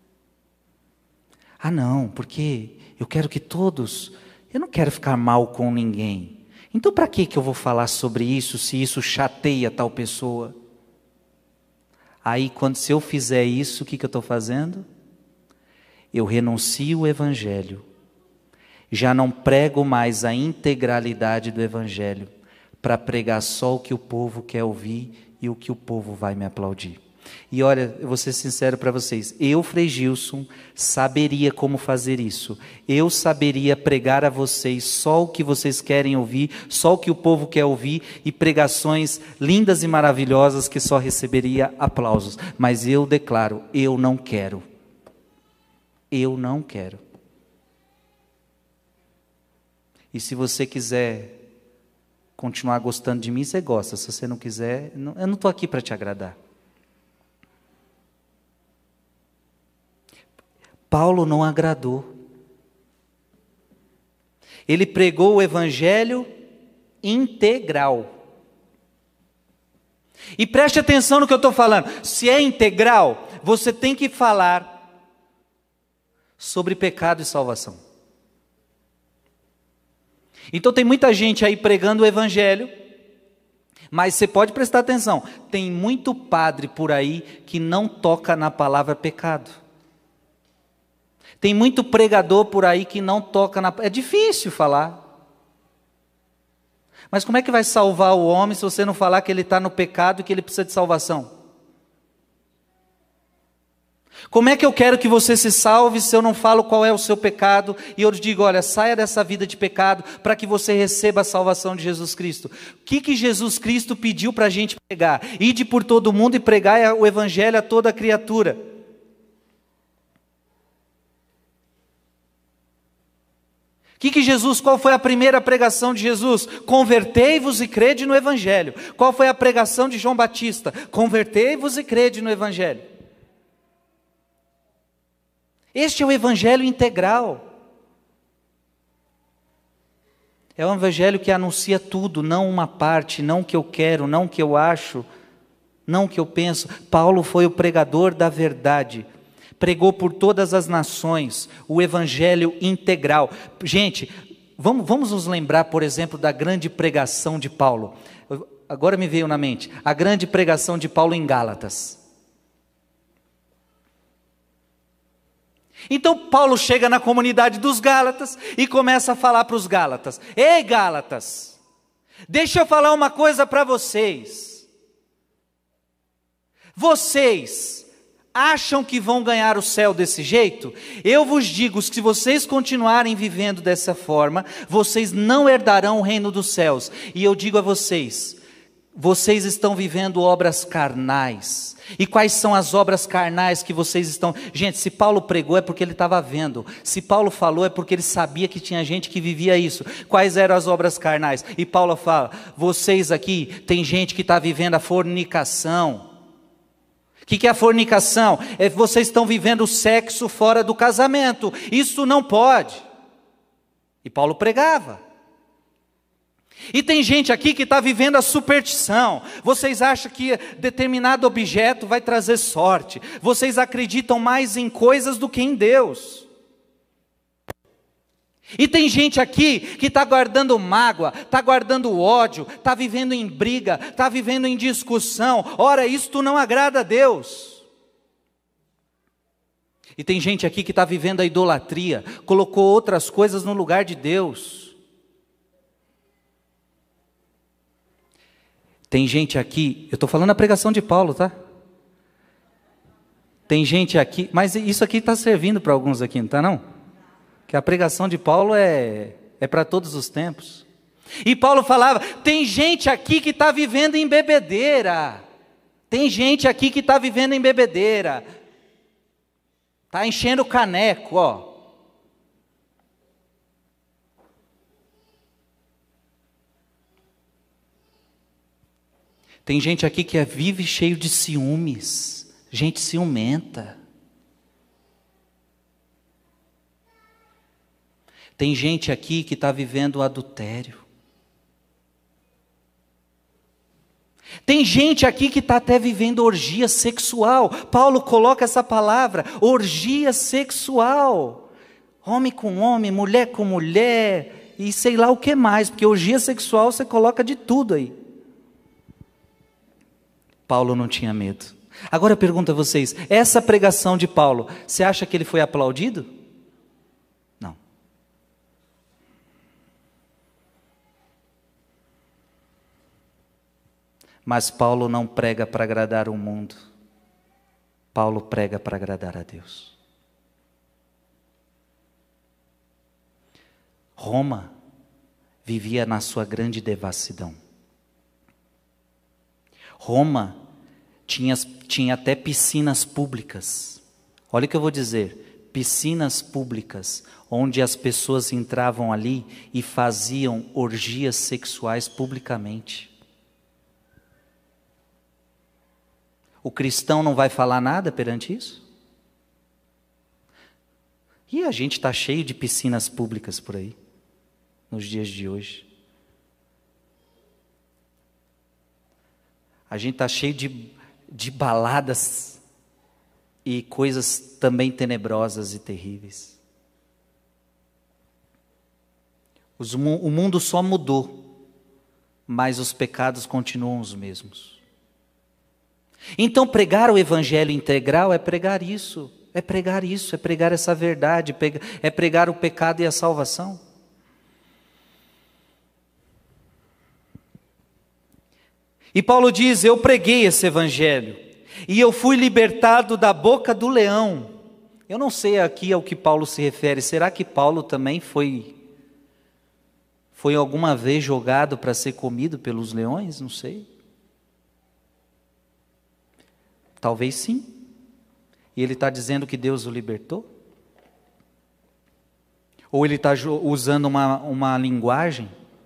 Ah não, porque eu quero que todos, eu não quero ficar mal com ninguém. Então para que que eu vou falar sobre isso, se isso chateia tal pessoa? Aí quando se eu fizer isso, o que que eu estou fazendo? Eu renuncio o Evangelho. Já não prego mais a integralidade do Evangelho, para pregar só o que o povo quer ouvir e o que o povo vai me aplaudir. E olha, eu vou ser sincero para vocês, eu, Frei Gilson, saberia como fazer isso. Eu saberia pregar a vocês só o que vocês querem ouvir, só o que o povo quer ouvir, e pregações lindas e maravilhosas que só receberia aplausos. Mas eu declaro, eu não quero. Eu não quero. E se você quiser continuar gostando de mim, você gosta. Se você não quiser, não, eu não estou aqui para te agradar. Paulo não agradou. Ele pregou o evangelho integral. E preste atenção no que eu estou falando. Se é integral, você tem que falar sobre pecado e salvação. Então tem muita gente aí pregando o evangelho, mas você pode prestar atenção, tem muito padre por aí que não toca na palavra pecado. Tem muito pregador por aí que não toca na... É difícil falar. Mas como é que vai salvar o homem se você não falar que ele está no pecado e que ele precisa de salvação? Como é que eu quero que você se salve se eu não falo qual é o seu pecado e eu digo, olha, saia dessa vida de pecado para que você receba a salvação de Jesus Cristo? O que que Jesus Cristo pediu para a gente pregar? Ide por todo mundo e pregai o evangelho a toda criatura. O que que Jesus, qual foi a primeira pregação de Jesus? Convertei-vos e crede no evangelho. Qual foi a pregação de João Batista? Convertei-vos e crede no evangelho. Este é o evangelho integral. É um evangelho que anuncia tudo, não uma parte, não o que eu quero, não o que eu acho, não o que eu penso. Paulo foi o pregador da verdade. Pregou por todas as nações o evangelho integral. Gente, vamos, vamos nos lembrar, por exemplo, da grande pregação de Paulo. Agora me veio na mente, a grande pregação de Paulo em Gálatas. Então Paulo chega na comunidade dos Gálatas e começa a falar para os Gálatas: ei Gálatas, deixa eu falar uma coisa para vocês. Vocês acham que vão ganhar o céu desse jeito? Eu vos digo, se vocês continuarem vivendo dessa forma, vocês não herdarão o reino dos céus. E eu digo a vocês, vocês estão vivendo obras carnais. E quais são as obras carnais que vocês estão... Gente, se Paulo pregou é porque ele estava vendo. Se Paulo falou é porque ele sabia que tinha gente que vivia isso. Quais eram as obras carnais? E Paulo fala, vocês aqui, tem gente que está vivendo a fornicação. O que que é a fornicação? É que vocês estão vivendo o sexo fora do casamento. Isso não pode. E Paulo pregava. E tem gente aqui que está vivendo a superstição. Vocês acham que determinado objeto vai trazer sorte. Vocês acreditam mais em coisas do que em Deus. E tem gente aqui que está guardando mágoa, está guardando ódio, está vivendo em briga, está vivendo em discussão. Ora, isto não agrada a Deus. E tem gente aqui que está vivendo a idolatria, colocou outras coisas no lugar de Deus. Tem gente aqui, eu estou falando a pregação de Paulo, tá? Tem gente aqui, mas isso aqui está servindo para alguns aqui, não está não? Que a pregação de Paulo é, é para todos os tempos. E Paulo falava, tem gente aqui que está vivendo em bebedeira. Tem gente aqui que está vivendo em bebedeira. Está enchendo o caneco, ó. Tem gente aqui que é, vive cheio de ciúmes, gente ciumenta. Tem gente aqui que está vivendo o adultério. Tem gente aqui que está até vivendo orgia sexual. Paulo coloca essa palavra, orgia sexual. Homem com homem, mulher com mulher, e sei lá o que mais, porque orgia sexual você coloca de tudo aí. Paulo não tinha medo. Agora eu pergunto a vocês, essa pregação de Paulo, você acha que ele foi aplaudido? Não. Mas Paulo não prega para agradar o mundo. Paulo prega para agradar a Deus. Roma vivia na sua grande devassidão. Roma tinha, tinha até piscinas públicas. Olha o que eu vou dizer, piscinas públicas, onde as pessoas entravam ali e faziam orgias sexuais publicamente. O cristão não vai falar nada perante isso? E a gente está cheio de piscinas públicas por aí, nos dias de hoje. A gente está cheio de, de baladas e coisas também tenebrosas e terríveis. Os mu- o mundo só mudou, mas os pecados continuam os mesmos. Então pregar o evangelho integral é pregar isso, é pregar isso, é pregar essa verdade, é pregar o pecado e a salvação. E Paulo diz: eu preguei esse evangelho, e eu fui libertado da boca do leão. Eu não sei aqui ao que Paulo se refere. Será que Paulo também foi, foi alguma vez jogado para ser comido pelos leões? Não sei. Talvez sim. E ele está dizendo que Deus o libertou? Ou ele está usando uma, uma linguagem?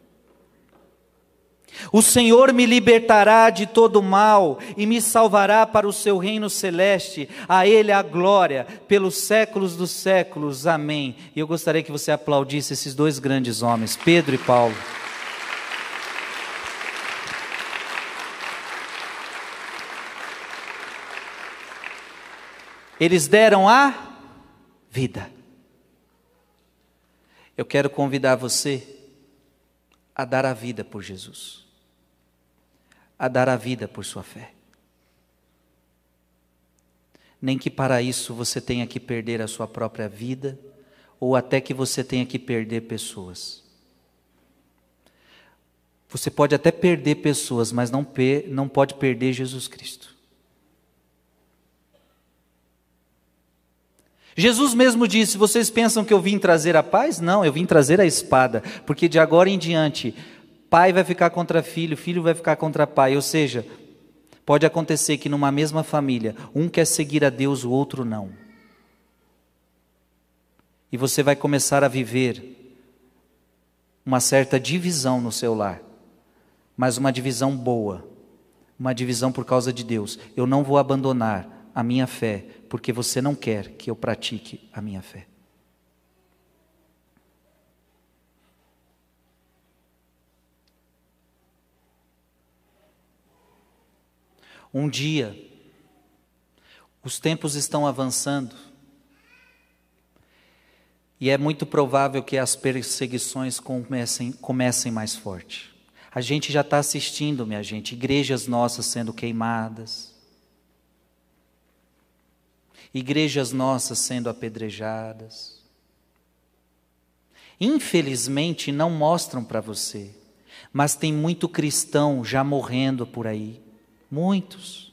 O Senhor me libertará de todo mal e me salvará para o seu reino celeste. A Ele a glória pelos séculos dos séculos. Amém. E eu gostaria que você aplaudisse esses dois grandes homens, Pedro e Paulo. Eles deram a vida. Eu quero convidar você a dar a vida por Jesus, a dar a vida por sua fé. Nem que para isso você tenha que perder a sua própria vida, ou até que você tenha que perder pessoas. Você pode até perder pessoas, mas não, per, não pode perder Jesus Cristo. Jesus mesmo disse: vocês pensam que eu vim trazer a paz? Não, eu vim trazer a espada, porque de agora em diante, pai vai ficar contra filho, filho vai ficar contra pai. Ou seja, pode acontecer que numa mesma família, um quer seguir a Deus, o outro não. E você vai começar a viver uma certa divisão no seu lar, mas uma divisão boa, uma divisão por causa de Deus. Eu não vou abandonar a minha fé, porque você não quer que eu pratique a minha fé. Um dia, os tempos estão avançando, e é muito provável que as perseguições comecem, comecem mais forte. A gente já está assistindo, minha gente, igrejas nossas sendo queimadas, igrejas nossas sendo apedrejadas. Infelizmente não mostram para você, mas tem muito cristão já morrendo por aí, muitos.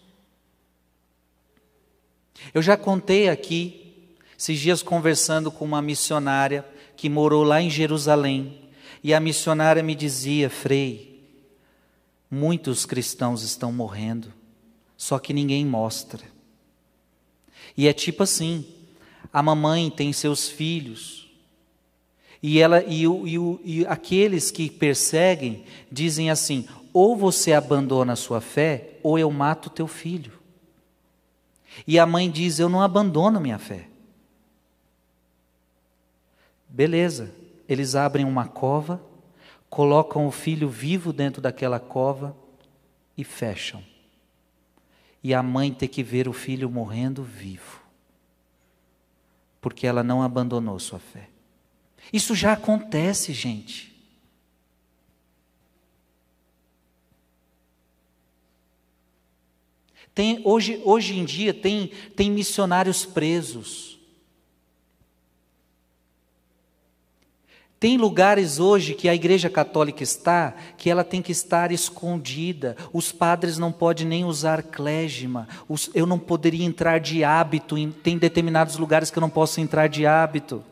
Eu já contei aqui, esses dias conversando com uma missionária que morou lá em Jerusalém, e a missionária me dizia: Frei, muitos cristãos estão morrendo, só que ninguém mostra. E é tipo assim, a mamãe tem seus filhos, e, ela, e, o, e, o, e aqueles que perseguem dizem assim: ou você abandona a sua fé, ou eu mato teu filho. E a mãe diz: eu não abandono minha fé. Beleza, eles abrem uma cova, colocam o filho vivo dentro daquela cova e fecham. E a mãe tem que ver o filho morrendo vivo, porque ela não abandonou sua fé. Isso já acontece, gente. Tem, hoje, hoje em dia tem, tem missionários presos. Tem lugares hoje que a Igreja Católica está, que ela tem que estar escondida. Os padres não podem nem usar clésima. Os, eu não poderia entrar de hábito. Em, tem determinados lugares que eu não posso entrar de hábito.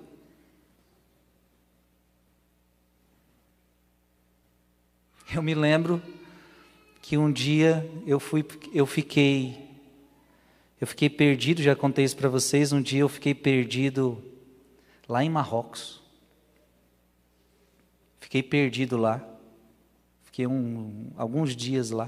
Eu me lembro que um dia eu, fui, eu fiquei, eu fiquei perdido, já contei isso para vocês. Um dia eu fiquei perdido lá em Marrocos. Fiquei perdido lá, fiquei um, alguns dias lá,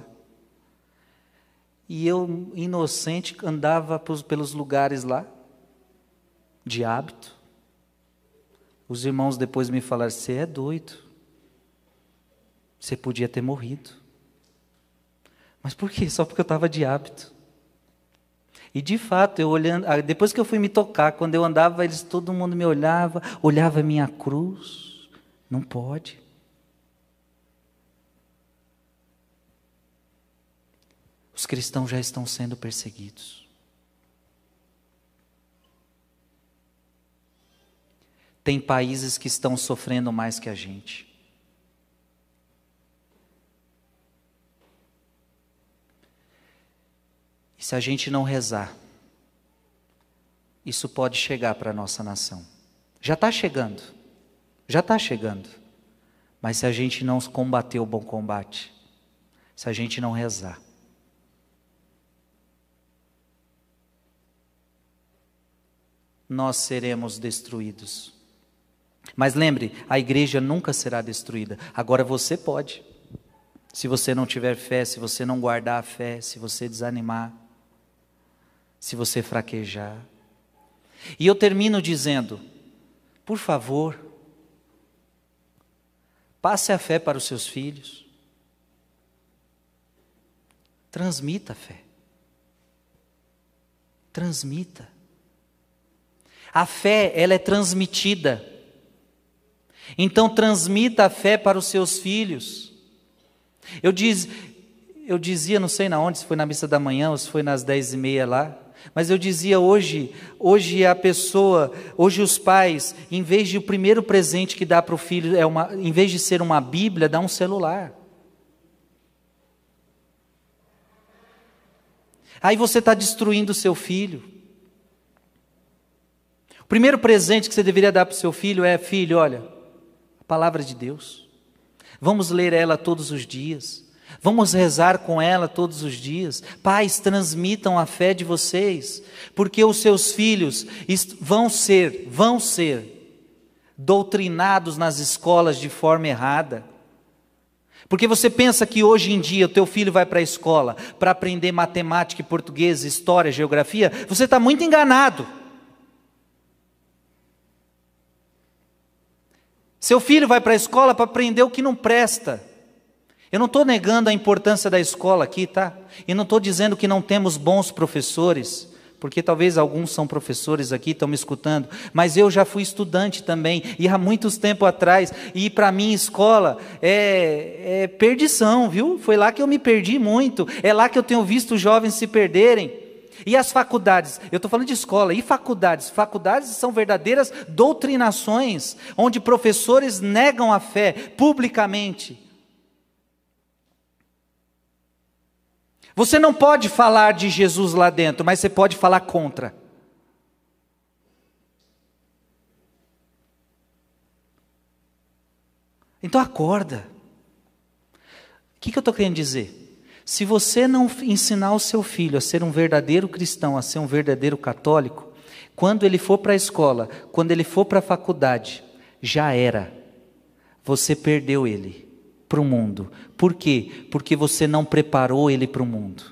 e eu, inocente, andava pelos lugares lá, de hábito. Os irmãos depois me falaram: você é doido, você podia ter morrido. Mas por quê? Só porque eu estava de hábito. E de fato, eu olhando, depois que eu fui me tocar, quando eu andava, eles, todo mundo me olhava, olhava a minha cruz, Não pode. Os cristãos já estão sendo perseguidos. Tem países que estão sofrendo mais que a gente. E se a gente não rezar, isso pode chegar para a nossa nação. Já está chegando. Já está chegando. Mas se a gente não combater o bom combate, se a gente não rezar, nós seremos destruídos. Mas lembre, a igreja nunca será destruída. Agora você pode. Se você não tiver fé, se você não guardar a fé, se você desanimar, se você fraquejar. E eu termino dizendo, por favor, passe a fé para os seus filhos. Transmita a fé. Transmita. A fé, ela é transmitida. Então transmita a fé para os seus filhos. Eu, diz, eu dizia, não sei na onde, se foi na missa da manhã ou se foi nas dez e meia lá, mas eu dizia hoje, hoje a pessoa, hoje os pais, em vez de o primeiro presente que dá para o filho, é uma, em vez de ser uma Bíblia, dá um celular. Aí você está destruindo o seu filho. O primeiro presente que você deveria dar para o seu filho é, filho, olha, a palavra de Deus. Vamos ler ela todos os dias. Vamos rezar com ela todos os dias. Pais, transmitam a fé de vocês, porque os seus filhos vão ser, vão ser doutrinados nas escolas de forma errada. Porque você pensa que hoje em dia o teu filho vai para a escola para aprender matemática, português, história, geografia, você está muito enganado. Seu filho vai para a escola para aprender o que não presta. Eu não estou negando a importância da escola aqui, tá? E não estou dizendo que não temos bons professores, porque talvez alguns são professores aqui, estão me escutando, mas eu já fui estudante também, e há muitos tempos atrás, e para mim escola é, é perdição, viu? Foi lá que eu me perdi muito, é lá que eu tenho visto os jovens se perderem. E as faculdades, eu estou falando de escola, e faculdades? Faculdades são verdadeiras doutrinações, onde professores negam a fé publicamente. Você não pode falar de Jesus lá dentro, mas você pode falar contra. Então acorda. O que, que eu estou querendo dizer? Se você não ensinar o seu filho a ser um verdadeiro cristão, a ser um verdadeiro católico, quando ele for para a escola, quando ele for para a faculdade, já era. Você perdeu ele para o mundo. Por quê? Porque você não preparou ele para o mundo.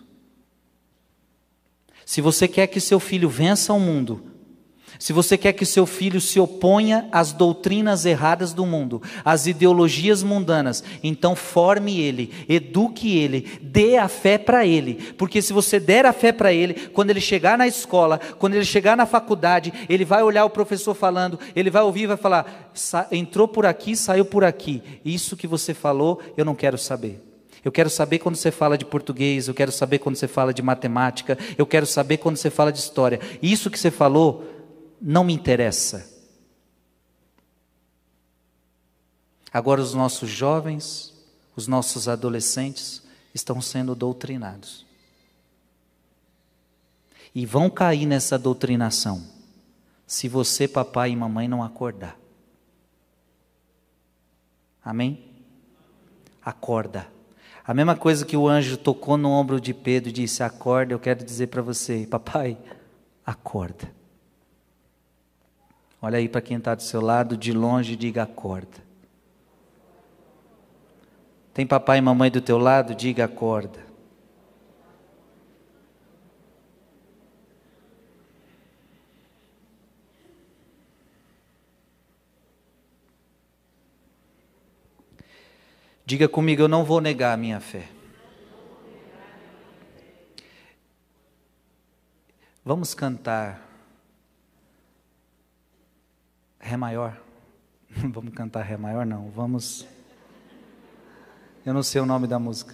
Se você quer que seu filho vença o mundo, se você quer que seu filho se oponha às doutrinas erradas do mundo, às ideologias mundanas, então forme ele, eduque ele, dê a fé para ele, porque se você der a fé para ele, quando ele chegar na escola, quando ele chegar na faculdade, ele vai olhar o professor falando, ele vai ouvir e vai falar, entrou por aqui, saiu por aqui, isso que você falou, eu não quero saber. Eu quero saber quando você fala de português, eu quero saber quando você fala de matemática, eu quero saber quando você fala de história, isso que você falou, não me interessa. Agora os nossos jovens, os nossos adolescentes estão sendo doutrinados. E vão cair nessa doutrinação, se você, papai e mamãe, não acordar. Amém? Acorda. A mesma coisa que o anjo tocou no ombro de Pedro e disse, acorda, eu quero dizer para você, papai, acorda. Olha aí para quem está do seu lado, de longe, diga acorda. Tem papai e mamãe do teu lado? Diga acorda. Diga comigo, eu não vou negar a minha fé. Vamos cantar Ré maior. Vamos cantar Ré maior? Não, vamos... Eu não sei o nome da música.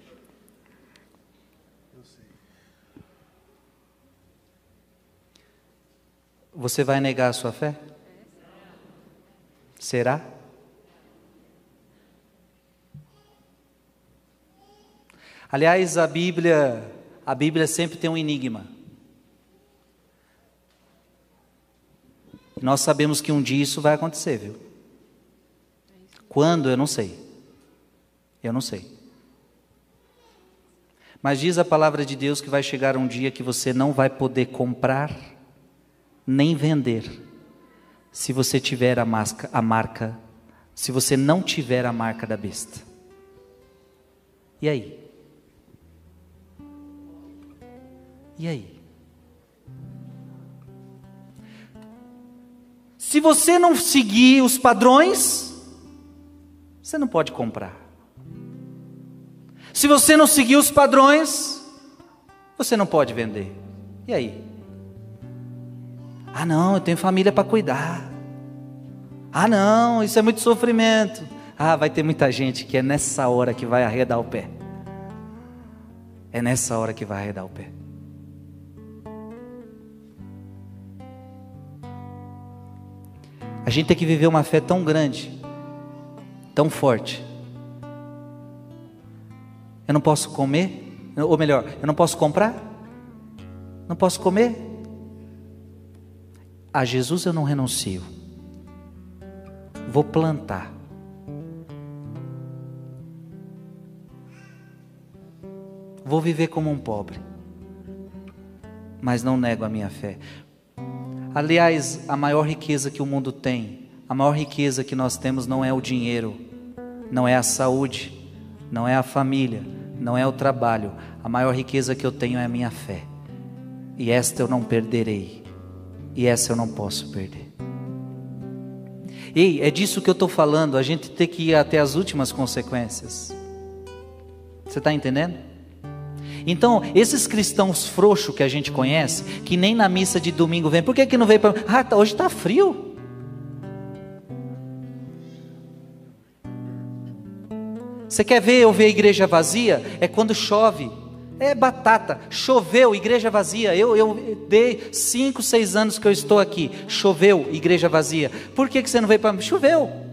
Eu sei. Você vai negar a sua fé? Será? Aliás, a Bíblia, a Bíblia sempre tem um enigma. Nós sabemos que um dia isso vai acontecer, viu? Quando, eu não sei. Eu não sei. Mas diz a palavra de Deus que vai chegar um dia que você não vai poder comprar nem vender se você tiver a marca, a marca, se você não tiver a marca da besta. E aí? E aí? Se você não seguir os padrões, você não pode comprar. Se você não seguir os padrões, você não pode vender. E aí? Ah não, eu tenho família para cuidar. Ah não, isso é muito sofrimento. Ah, vai ter muita gente que é nessa hora que vai arredar o pé. É nessa hora que vai arredar o pé. A gente tem que viver uma fé tão grande, tão forte. Eu não posso comer, ou melhor, eu não posso comprar? Não posso comer? A Jesus eu não renuncio. Vou plantar. Vou viver como um pobre, mas não nego a minha fé. Aliás, a maior riqueza que o mundo tem, a maior riqueza que nós temos não é o dinheiro, não é a saúde, não é a família, não é o trabalho. A maior riqueza que eu tenho é a minha fé. E esta eu não perderei. E essa eu não posso perder. Ei, é disso que eu estou falando. A gente tem que ir até as últimas consequências. Você está entendendo? Então, esses cristãos frouxos que a gente conhece, que nem na missa de domingo vem. Por que que não veio para... Ah, tá, hoje está frio. Você quer ver eu ver a igreja vazia? É quando chove. É batata. Choveu, igreja vazia. Eu, eu dei cinco, seis anos que eu estou aqui. Choveu, igreja vazia. Por que que você não veio para... Choveu.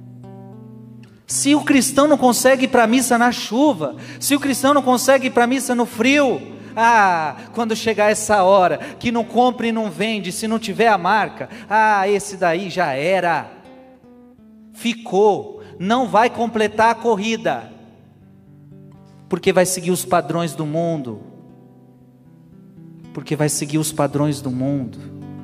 Se o cristão não consegue ir para a missa na chuva, se o cristão não consegue ir para a missa no frio, ah, quando chegar essa hora, que não compra e não vende, se não tiver a marca, ah, esse daí já era. Ficou. Não vai completar a corrida, porque vai seguir os padrões do mundo, porque vai seguir os padrões do mundo.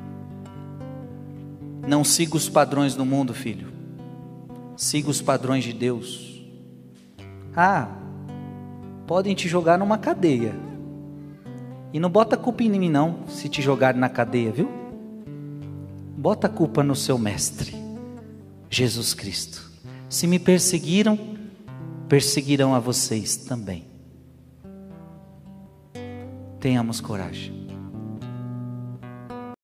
Não siga os padrões do mundo, filho, siga os padrões de Deus. Ah, podem te jogar numa cadeia, e não bota a culpa em mim não, se te jogarem na cadeia, viu? Bota a culpa no seu mestre, Jesus Cristo. Se me perseguiram, perseguirão a vocês também. Tenhamos coragem.